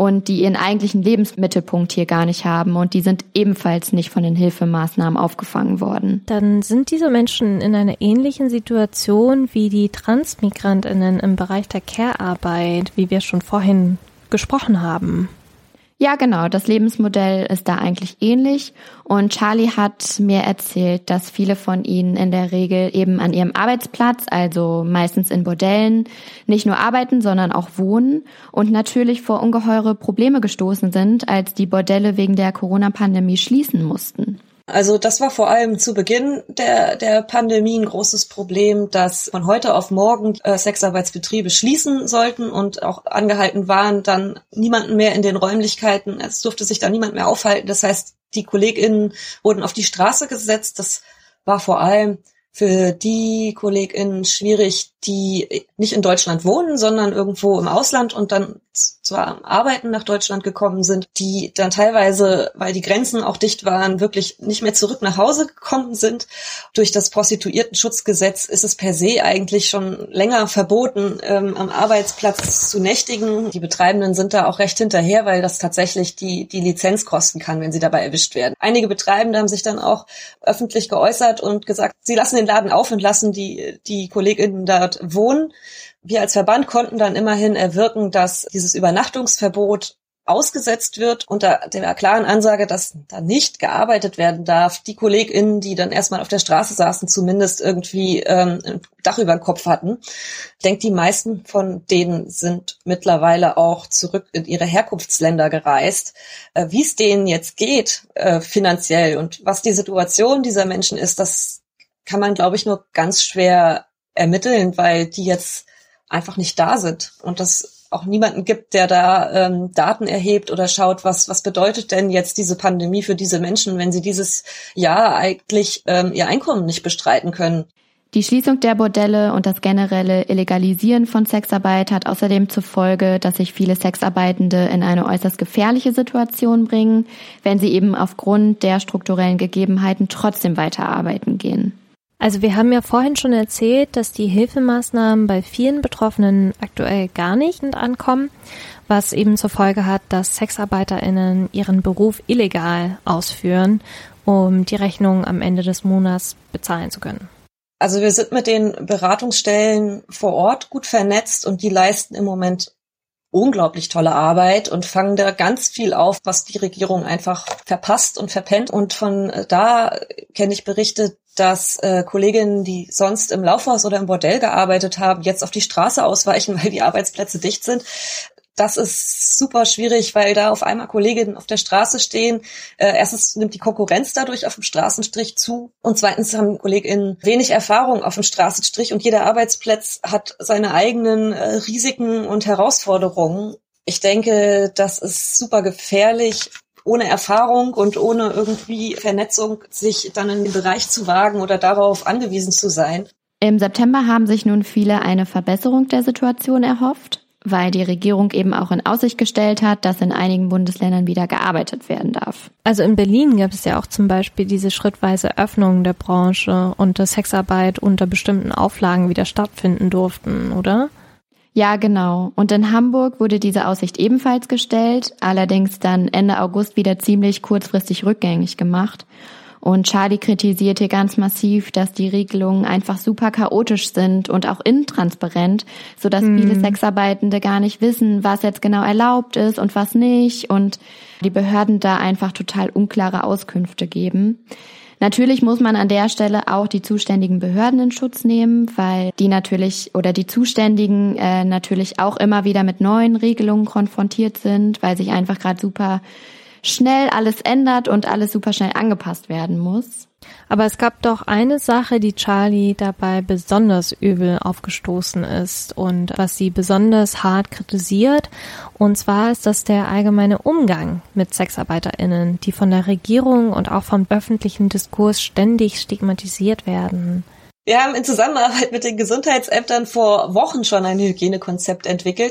und die ihren eigentlichen Lebensmittelpunkt hier gar nicht haben und die sind ebenfalls nicht von den Hilfemaßnahmen aufgefangen worden. Dann sind diese Menschen in einer ähnlichen Situation wie die TransmigrantInnen im Bereich der Care-Arbeit, wie wir schon vorhin gesprochen haben. Ja, genau. Das Lebensmodell ist da eigentlich ähnlich. Und Charlie hat mir erzählt, dass viele von ihnen in der Regel eben an ihrem Arbeitsplatz, also meistens in Bordellen, nicht nur arbeiten, sondern auch wohnen und natürlich vor ungeheure Probleme gestoßen sind, als die Bordelle wegen der Corona-Pandemie schließen mussten. Also das war vor allem zu Beginn der der Pandemie ein großes Problem, dass von heute auf morgen äh, Sexarbeitsbetriebe schließen sollten und auch angehalten waren, dann niemanden mehr in den Räumlichkeiten, es durfte sich da niemand mehr aufhalten. Das heißt, die KollegInnen wurden auf die Straße gesetzt. Das war vor allem für die KollegInnen schwierig, die nicht in Deutschland wohnen, sondern irgendwo im Ausland und dann zwar am Arbeiten nach Deutschland gekommen sind, die dann teilweise, weil die Grenzen auch dicht waren, wirklich nicht mehr zurück nach Hause gekommen sind. Durch das Prostituiertenschutzgesetz ist es per se eigentlich schon länger verboten, ähm, am Arbeitsplatz zu nächtigen. Die Betreibenden sind da auch recht hinterher, weil das tatsächlich die, die Lizenz kosten kann, wenn sie dabei erwischt werden. Einige Betreibende haben sich dann auch öffentlich geäußert und gesagt, sie lassen den Laden auf und lassen die, die KollegInnen dort wohnen. Wir als Verband konnten dann immerhin erwirken, dass dieses Übernachtungsverbot ausgesetzt wird unter der klaren Ansage, dass da nicht gearbeitet werden darf. Die KollegInnen, die dann erstmal auf der Straße saßen, zumindest irgendwie ähm, ein Dach über den Kopf hatten. Ich denke, die meisten von denen sind mittlerweile auch zurück in ihre Herkunftsländer gereist. Äh, wie es denen jetzt geht, äh, finanziell und was die Situation dieser Menschen ist, das kann man, glaube ich, nur ganz schwer ermitteln, weil die jetzt einfach nicht da sind und das auch niemanden gibt, der da ähm, Daten erhebt oder schaut, was was bedeutet denn jetzt diese Pandemie für diese Menschen, wenn sie dieses Jahr eigentlich ähm, ihr Einkommen nicht bestreiten können. Die Schließung der Bordelle und das generelle Illegalisieren von Sexarbeit hat außerdem zur Folge, dass sich viele Sexarbeitende in eine äußerst gefährliche Situation bringen, wenn sie eben aufgrund der strukturellen Gegebenheiten trotzdem weiterarbeiten gehen. Also wir haben ja vorhin schon erzählt, dass die Hilfemaßnahmen bei vielen Betroffenen aktuell gar nicht ankommen, was eben zur Folge hat, dass SexarbeiterInnen ihren Beruf illegal ausführen, um die Rechnung am Ende des Monats bezahlen zu können. Also wir sind mit den Beratungsstellen vor Ort gut vernetzt und die leisten im Moment unglaublich tolle Arbeit und fangen da ganz viel auf, was die Regierung einfach verpasst und verpennt. Und von da kenne ich Berichte, dass äh, Kolleginnen, die sonst im Laufhaus oder im Bordell gearbeitet haben, jetzt auf die Straße ausweichen, weil die Arbeitsplätze dicht sind. Das ist super schwierig, weil da auf einmal Kolleginnen auf der Straße stehen. Äh, erstens nimmt die Konkurrenz dadurch auf dem Straßenstrich zu und zweitens haben KollegInnen wenig Erfahrung auf dem Straßenstrich und jeder Arbeitsplatz hat seine eigenen äh, Risiken und Herausforderungen. Ich denke, das ist super gefährlich, ohne Erfahrung und ohne irgendwie Vernetzung sich dann in den Bereich zu wagen oder darauf angewiesen zu sein. Im September haben sich nun viele eine Verbesserung der Situation erhofft, weil die Regierung eben auch in Aussicht gestellt hat, dass in einigen Bundesländern wieder gearbeitet werden darf. Also in Berlin gab es ja auch zum Beispiel diese schrittweise Öffnung der Branche und dass Sexarbeit unter bestimmten Auflagen wieder stattfinden durften, oder? Ja, genau. Und in Hamburg wurde diese Aussicht ebenfalls gestellt, allerdings dann Ende August wieder ziemlich kurzfristig rückgängig gemacht. Und Charlie kritisiert hier ganz massiv, dass die Regelungen einfach super chaotisch sind und auch intransparent, sodass hm. viele Sexarbeitende gar nicht wissen, was jetzt genau erlaubt ist und was nicht und die Behörden da einfach total unklare Auskünfte geben. Natürlich muss man an der Stelle auch die zuständigen Behörden in Schutz nehmen, weil die natürlich oder die Zuständigen äh, natürlich auch immer wieder mit neuen Regelungen konfrontiert sind, weil sich einfach gerade super schnell alles ändert und alles super schnell angepasst werden muss. Aber es gab doch eine Sache, die Charlie dabei besonders übel aufgestoßen ist und was sie besonders hart kritisiert. Und zwar ist das der allgemeine Umgang mit SexarbeiterInnen, die von der Regierung und auch vom öffentlichen Diskurs ständig stigmatisiert werden. Wir haben in Zusammenarbeit mit den Gesundheitsämtern vor Wochen schon ein Hygienekonzept entwickelt,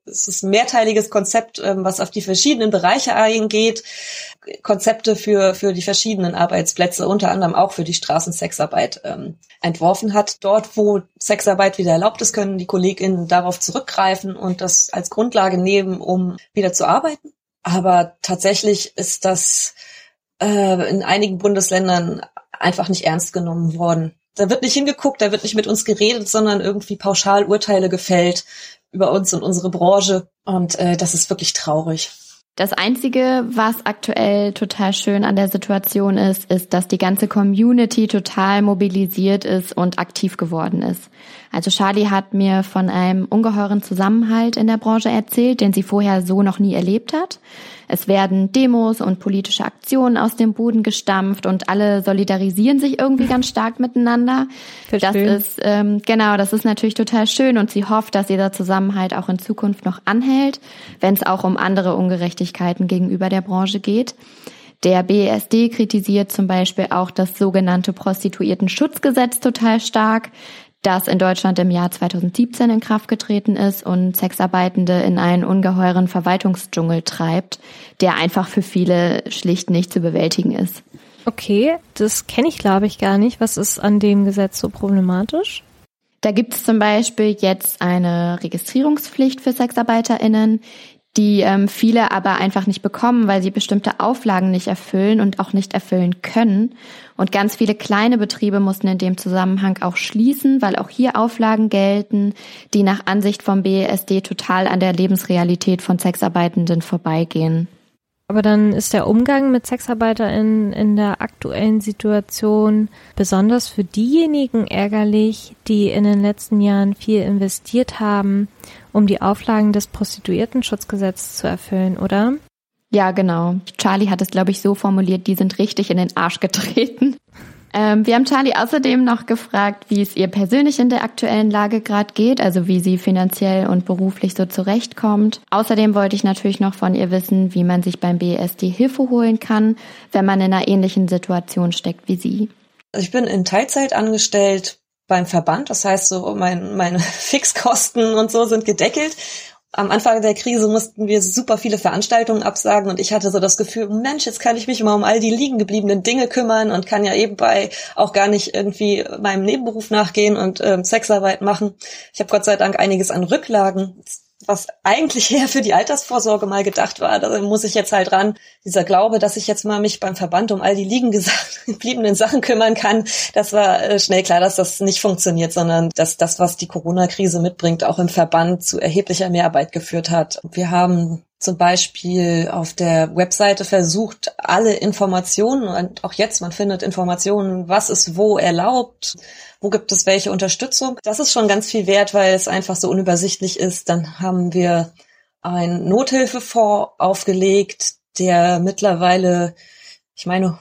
es ist ein mehrteiliges Konzept, was auf die verschiedenen Bereiche eingeht. Konzepte für für die verschiedenen Arbeitsplätze, unter anderem auch für die Straßensexarbeit ähm, entworfen hat. Dort, wo Sexarbeit wieder erlaubt ist, können die KollegInnen darauf zurückgreifen und das als Grundlage nehmen, um wieder zu arbeiten. Aber tatsächlich ist das äh, in einigen Bundesländern einfach nicht ernst genommen worden. Da wird nicht hingeguckt, da wird nicht mit uns geredet, sondern irgendwie pauschal Urteile gefällt über uns und unsere Branche. Und äh, das ist wirklich traurig. Das Einzige, was aktuell total schön an der Situation ist, ist, dass die ganze Community total mobilisiert ist und aktiv geworden ist. Also Charlie hat mir von einem ungeheuren Zusammenhalt in der Branche erzählt, den sie vorher so noch nie erlebt hat. Es werden Demos und politische Aktionen aus dem Boden gestampft und alle solidarisieren sich irgendwie ganz stark miteinander. Das ist ähm, genau, das ist natürlich total schön und sie hofft, dass dieser Zusammenhalt auch in Zukunft noch anhält, wenn es auch um andere Ungerechtigkeiten gegenüber der Branche geht. Der B E S D kritisiert zum Beispiel auch das sogenannte Prostituiertenschutzgesetz total stark, das in Deutschland im Jahr zweitausendsiebzehn in Kraft getreten ist und Sexarbeitende in einen ungeheuren Verwaltungsdschungel treibt, der einfach für viele schlicht nicht zu bewältigen ist. Okay, das kenne ich, glaube ich, gar nicht. Was ist an dem Gesetz so problematisch? Da gibt es zum Beispiel jetzt eine Registrierungspflicht für SexarbeiterInnen, die ähm, viele aber einfach nicht bekommen, weil sie bestimmte Auflagen nicht erfüllen und auch nicht erfüllen können. Und ganz viele kleine Betriebe mussten in dem Zusammenhang auch schließen, weil auch hier Auflagen gelten, die nach Ansicht vom B E S D total an der Lebensrealität von Sexarbeitenden vorbeigehen. Aber dann ist der Umgang mit SexarbeiterInnen in der aktuellen Situation besonders für diejenigen ärgerlich, die in den letzten Jahren viel investiert haben, um die Auflagen des Prostituiertenschutzgesetzes zu erfüllen, oder? Ja, genau. Charlie hat es, glaube ich, so formuliert, die sind richtig in den Arsch getreten. Ähm, wir haben Charlie außerdem noch gefragt, wie es ihr persönlich in der aktuellen Lage gerade geht, also wie sie finanziell und beruflich so zurechtkommt. Außerdem wollte ich natürlich noch von ihr wissen, wie man sich beim B E S D Hilfe holen kann, wenn man in einer ähnlichen Situation steckt wie sie. Also ich bin in Teilzeit angestellt beim Verband, das heißt so mein, meine Fixkosten und so sind gedeckelt. Am Anfang der Krise mussten wir super viele Veranstaltungen absagen und ich hatte so das Gefühl, Mensch, jetzt kann ich mich mal um all die liegen gebliebenen Dinge kümmern und kann ja nebenbei auch gar nicht irgendwie meinem Nebenberuf nachgehen und ähm, Sexarbeit machen. Ich habe Gott sei Dank einiges an Rücklagen, was eigentlich eher für die Altersvorsorge mal gedacht war. Da muss ich jetzt halt ran. Dieser Glaube, dass ich jetzt mal mich beim Verband um all die liegen gebliebenen Sachen kümmern kann, das war äh, schnell klar, dass das nicht funktioniert, sondern dass das, was die Corona-Krise mitbringt, auch im Verband zu erheblicher Mehrarbeit geführt hat. Wir haben zum Beispiel auf der Webseite versucht, alle Informationen, und auch jetzt, man findet Informationen, was ist wo erlaubt, wo gibt es welche Unterstützung. Das ist schon ganz viel wert, weil es einfach so unübersichtlich ist. Dann haben wir einen Nothilfefonds aufgelegt, der mittlerweile, ich meine,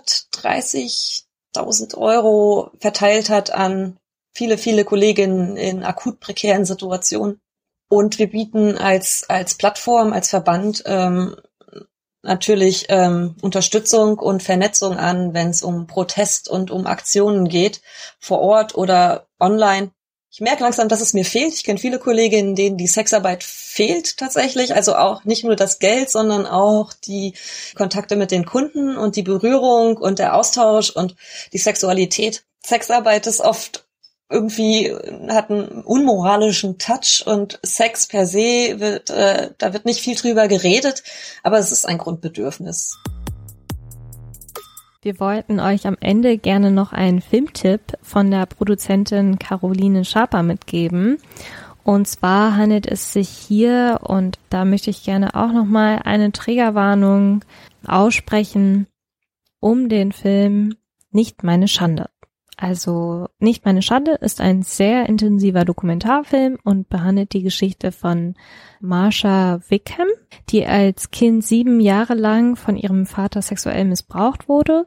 hundertdreißigtausend Euro verteilt hat an viele, viele Kolleginnen in akut prekären Situationen. Und wir bieten als als Plattform, als Verband ähm, natürlich ähm, Unterstützung und Vernetzung an, wenn es um Protest und um Aktionen geht, vor Ort oder online. Ich merke langsam, dass es mir fehlt. Ich kenne viele Kolleginnen, denen die Sexarbeit fehlt tatsächlich. Also auch nicht nur das Geld, sondern auch die Kontakte mit den Kunden und die Berührung und der Austausch und die Sexualität. Sexarbeit ist oft irgendwie hat einen unmoralischen Touch und Sex per se wird, äh, da wird nicht viel drüber geredet, aber es ist ein Grundbedürfnis. Wir wollten euch am Ende gerne noch einen Filmtipp von der Produzentin Caroline Schaper mitgeben. Und zwar handelt es sich hier, und da möchte ich gerne auch nochmal eine Triggerwarnung aussprechen, um den Film Nicht meine Schande. Also Nicht meine Schande ist ein sehr intensiver Dokumentarfilm und behandelt die Geschichte von Marsha Wickham, die als Kind sieben Jahre lang von ihrem Vater sexuell missbraucht wurde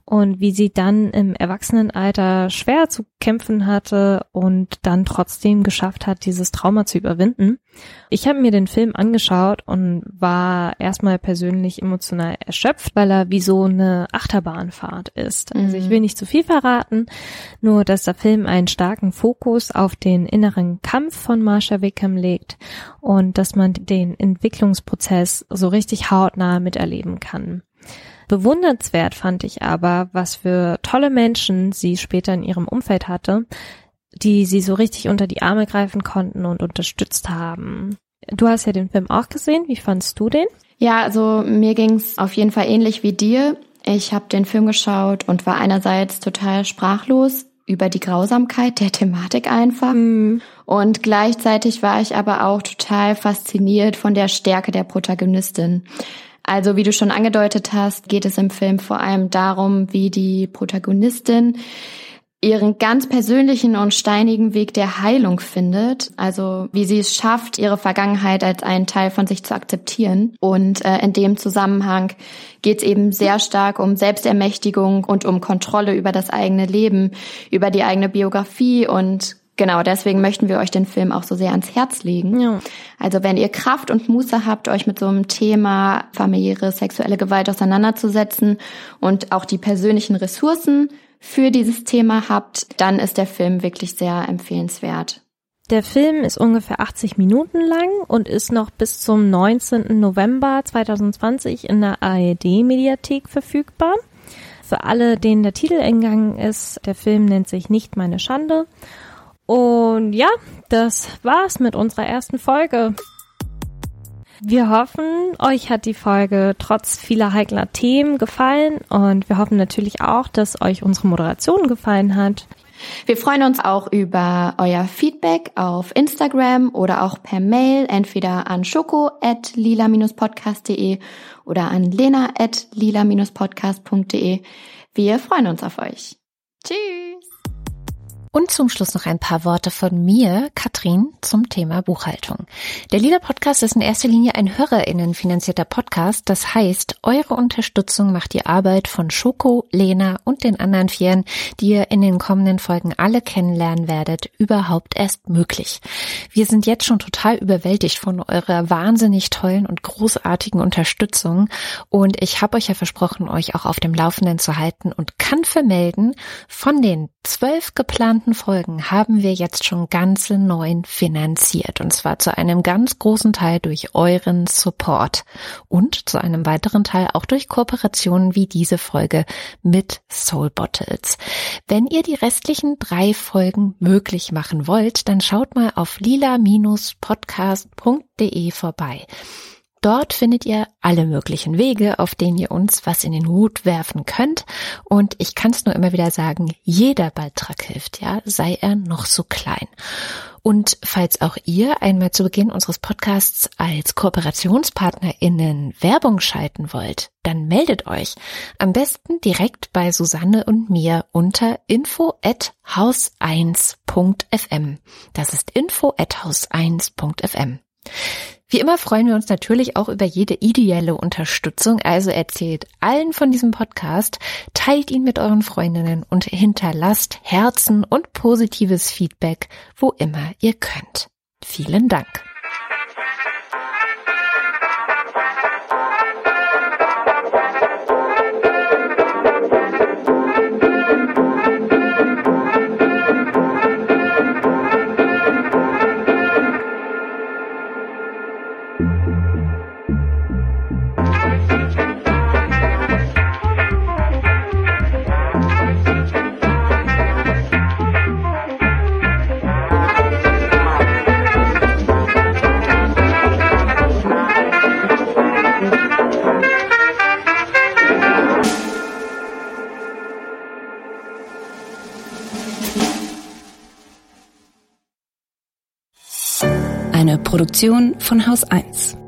und wie sie dann im Erwachsenenalter schwer zu kämpfen hatte und dann trotzdem geschafft hat, dieses Trauma zu überwinden. Ich habe mir den Film angeschaut und war erstmal persönlich emotional erschöpft, weil er wie so eine Achterbahnfahrt ist. Also ich will nicht zu viel verraten, nur dass der Film einen starken Fokus auf den inneren Kampf von Marsha Wickham legt und dass man den Entwicklungsprozess so richtig hautnah miterleben kann. Bewundernswert fand ich aber, was für tolle Menschen sie später in ihrem Umfeld hatte, die sie so richtig unter die Arme greifen konnten und unterstützt haben. Du hast ja den Film auch gesehen. Wie fandst du den? Ja, also mir ging's auf jeden Fall ähnlich wie dir. Ich habe den Film geschaut und war einerseits total sprachlos über die Grausamkeit der Thematik einfach. Mhm. Und gleichzeitig war ich aber auch total fasziniert von der Stärke der Protagonistin. Also wie du schon angedeutet hast, geht es im Film vor allem darum, wie die Protagonistin ihren ganz persönlichen und steinigen Weg der Heilung findet. Also wie sie es schafft, ihre Vergangenheit als einen Teil von sich zu akzeptieren. Und äh, in dem Zusammenhang geht es eben sehr stark um Selbstermächtigung und um Kontrolle über das eigene Leben, über die eigene Biografie und genau, deswegen möchten wir euch den Film auch so sehr ans Herz legen. Ja. Also wenn ihr Kraft und Muße habt, euch mit so einem Thema familiäre sexuelle Gewalt auseinanderzusetzen und auch die persönlichen Ressourcen für dieses Thema habt, dann ist der Film wirklich sehr empfehlenswert. Der Film ist ungefähr achtzig Minuten lang und ist noch bis zum neunzehnten November zweitausendzwanzig in der A R D-Mediathek verfügbar. Für alle, denen der Titel entgangen ist, der Film nennt sich Nicht meine Schande. Und ja, das war's mit unserer ersten Folge. Wir hoffen, euch hat die Folge trotz vieler heikler Themen gefallen und wir hoffen natürlich auch, dass euch unsere Moderation gefallen hat. Wir freuen uns auch über euer Feedback auf Instagram oder auch per Mail, entweder an schoko at lila podcast punkt de oder an lena at lila podcast punkt de. Wir freuen uns auf euch. Tschüss! Und zum Schluss noch ein paar Worte von mir, Katrin, zum Thema Buchhaltung. Der Lila Podcast ist in erster Linie ein HörerInnen finanzierter Podcast. Das heißt, eure Unterstützung macht die Arbeit von Schoko, Lena und den anderen Vieren, die ihr in den kommenden Folgen alle kennenlernen werdet, überhaupt erst möglich. Wir sind jetzt schon total überwältigt von eurer wahnsinnig tollen und großartigen Unterstützung. Und ich habe euch ja versprochen, euch auch auf dem Laufenden zu halten und kann vermelden, von den zwölf geplanten Folgen haben wir jetzt schon ganze neun finanziert und zwar zu einem ganz großen Teil durch euren Support und zu einem weiteren Teil auch durch Kooperationen wie diese Folge mit Soul Bottles. Wenn ihr die restlichen drei Folgen möglich machen wollt, dann schaut mal auf lila podcast punkt de vorbei. Dort findet ihr alle möglichen Wege, auf denen ihr uns was in den Hut werfen könnt. Und ich kann es nur immer wieder sagen, jeder Beitrag hilft, ja, sei er noch so klein. Und falls auch ihr einmal zu Beginn unseres Podcasts als KooperationspartnerInnen Werbung schalten wollt, dann meldet euch. Am besten direkt bei Susanne und mir unter info at haus eins punkt f m. Das ist info at haus eins punkt f m. Wie immer freuen wir uns natürlich auch über jede ideelle Unterstützung, also erzählt allen von diesem Podcast, teilt ihn mit euren Freundinnen und hinterlasst Herzen und positives Feedback, wo immer ihr könnt. Vielen Dank. Eine Produktion von Haus eins.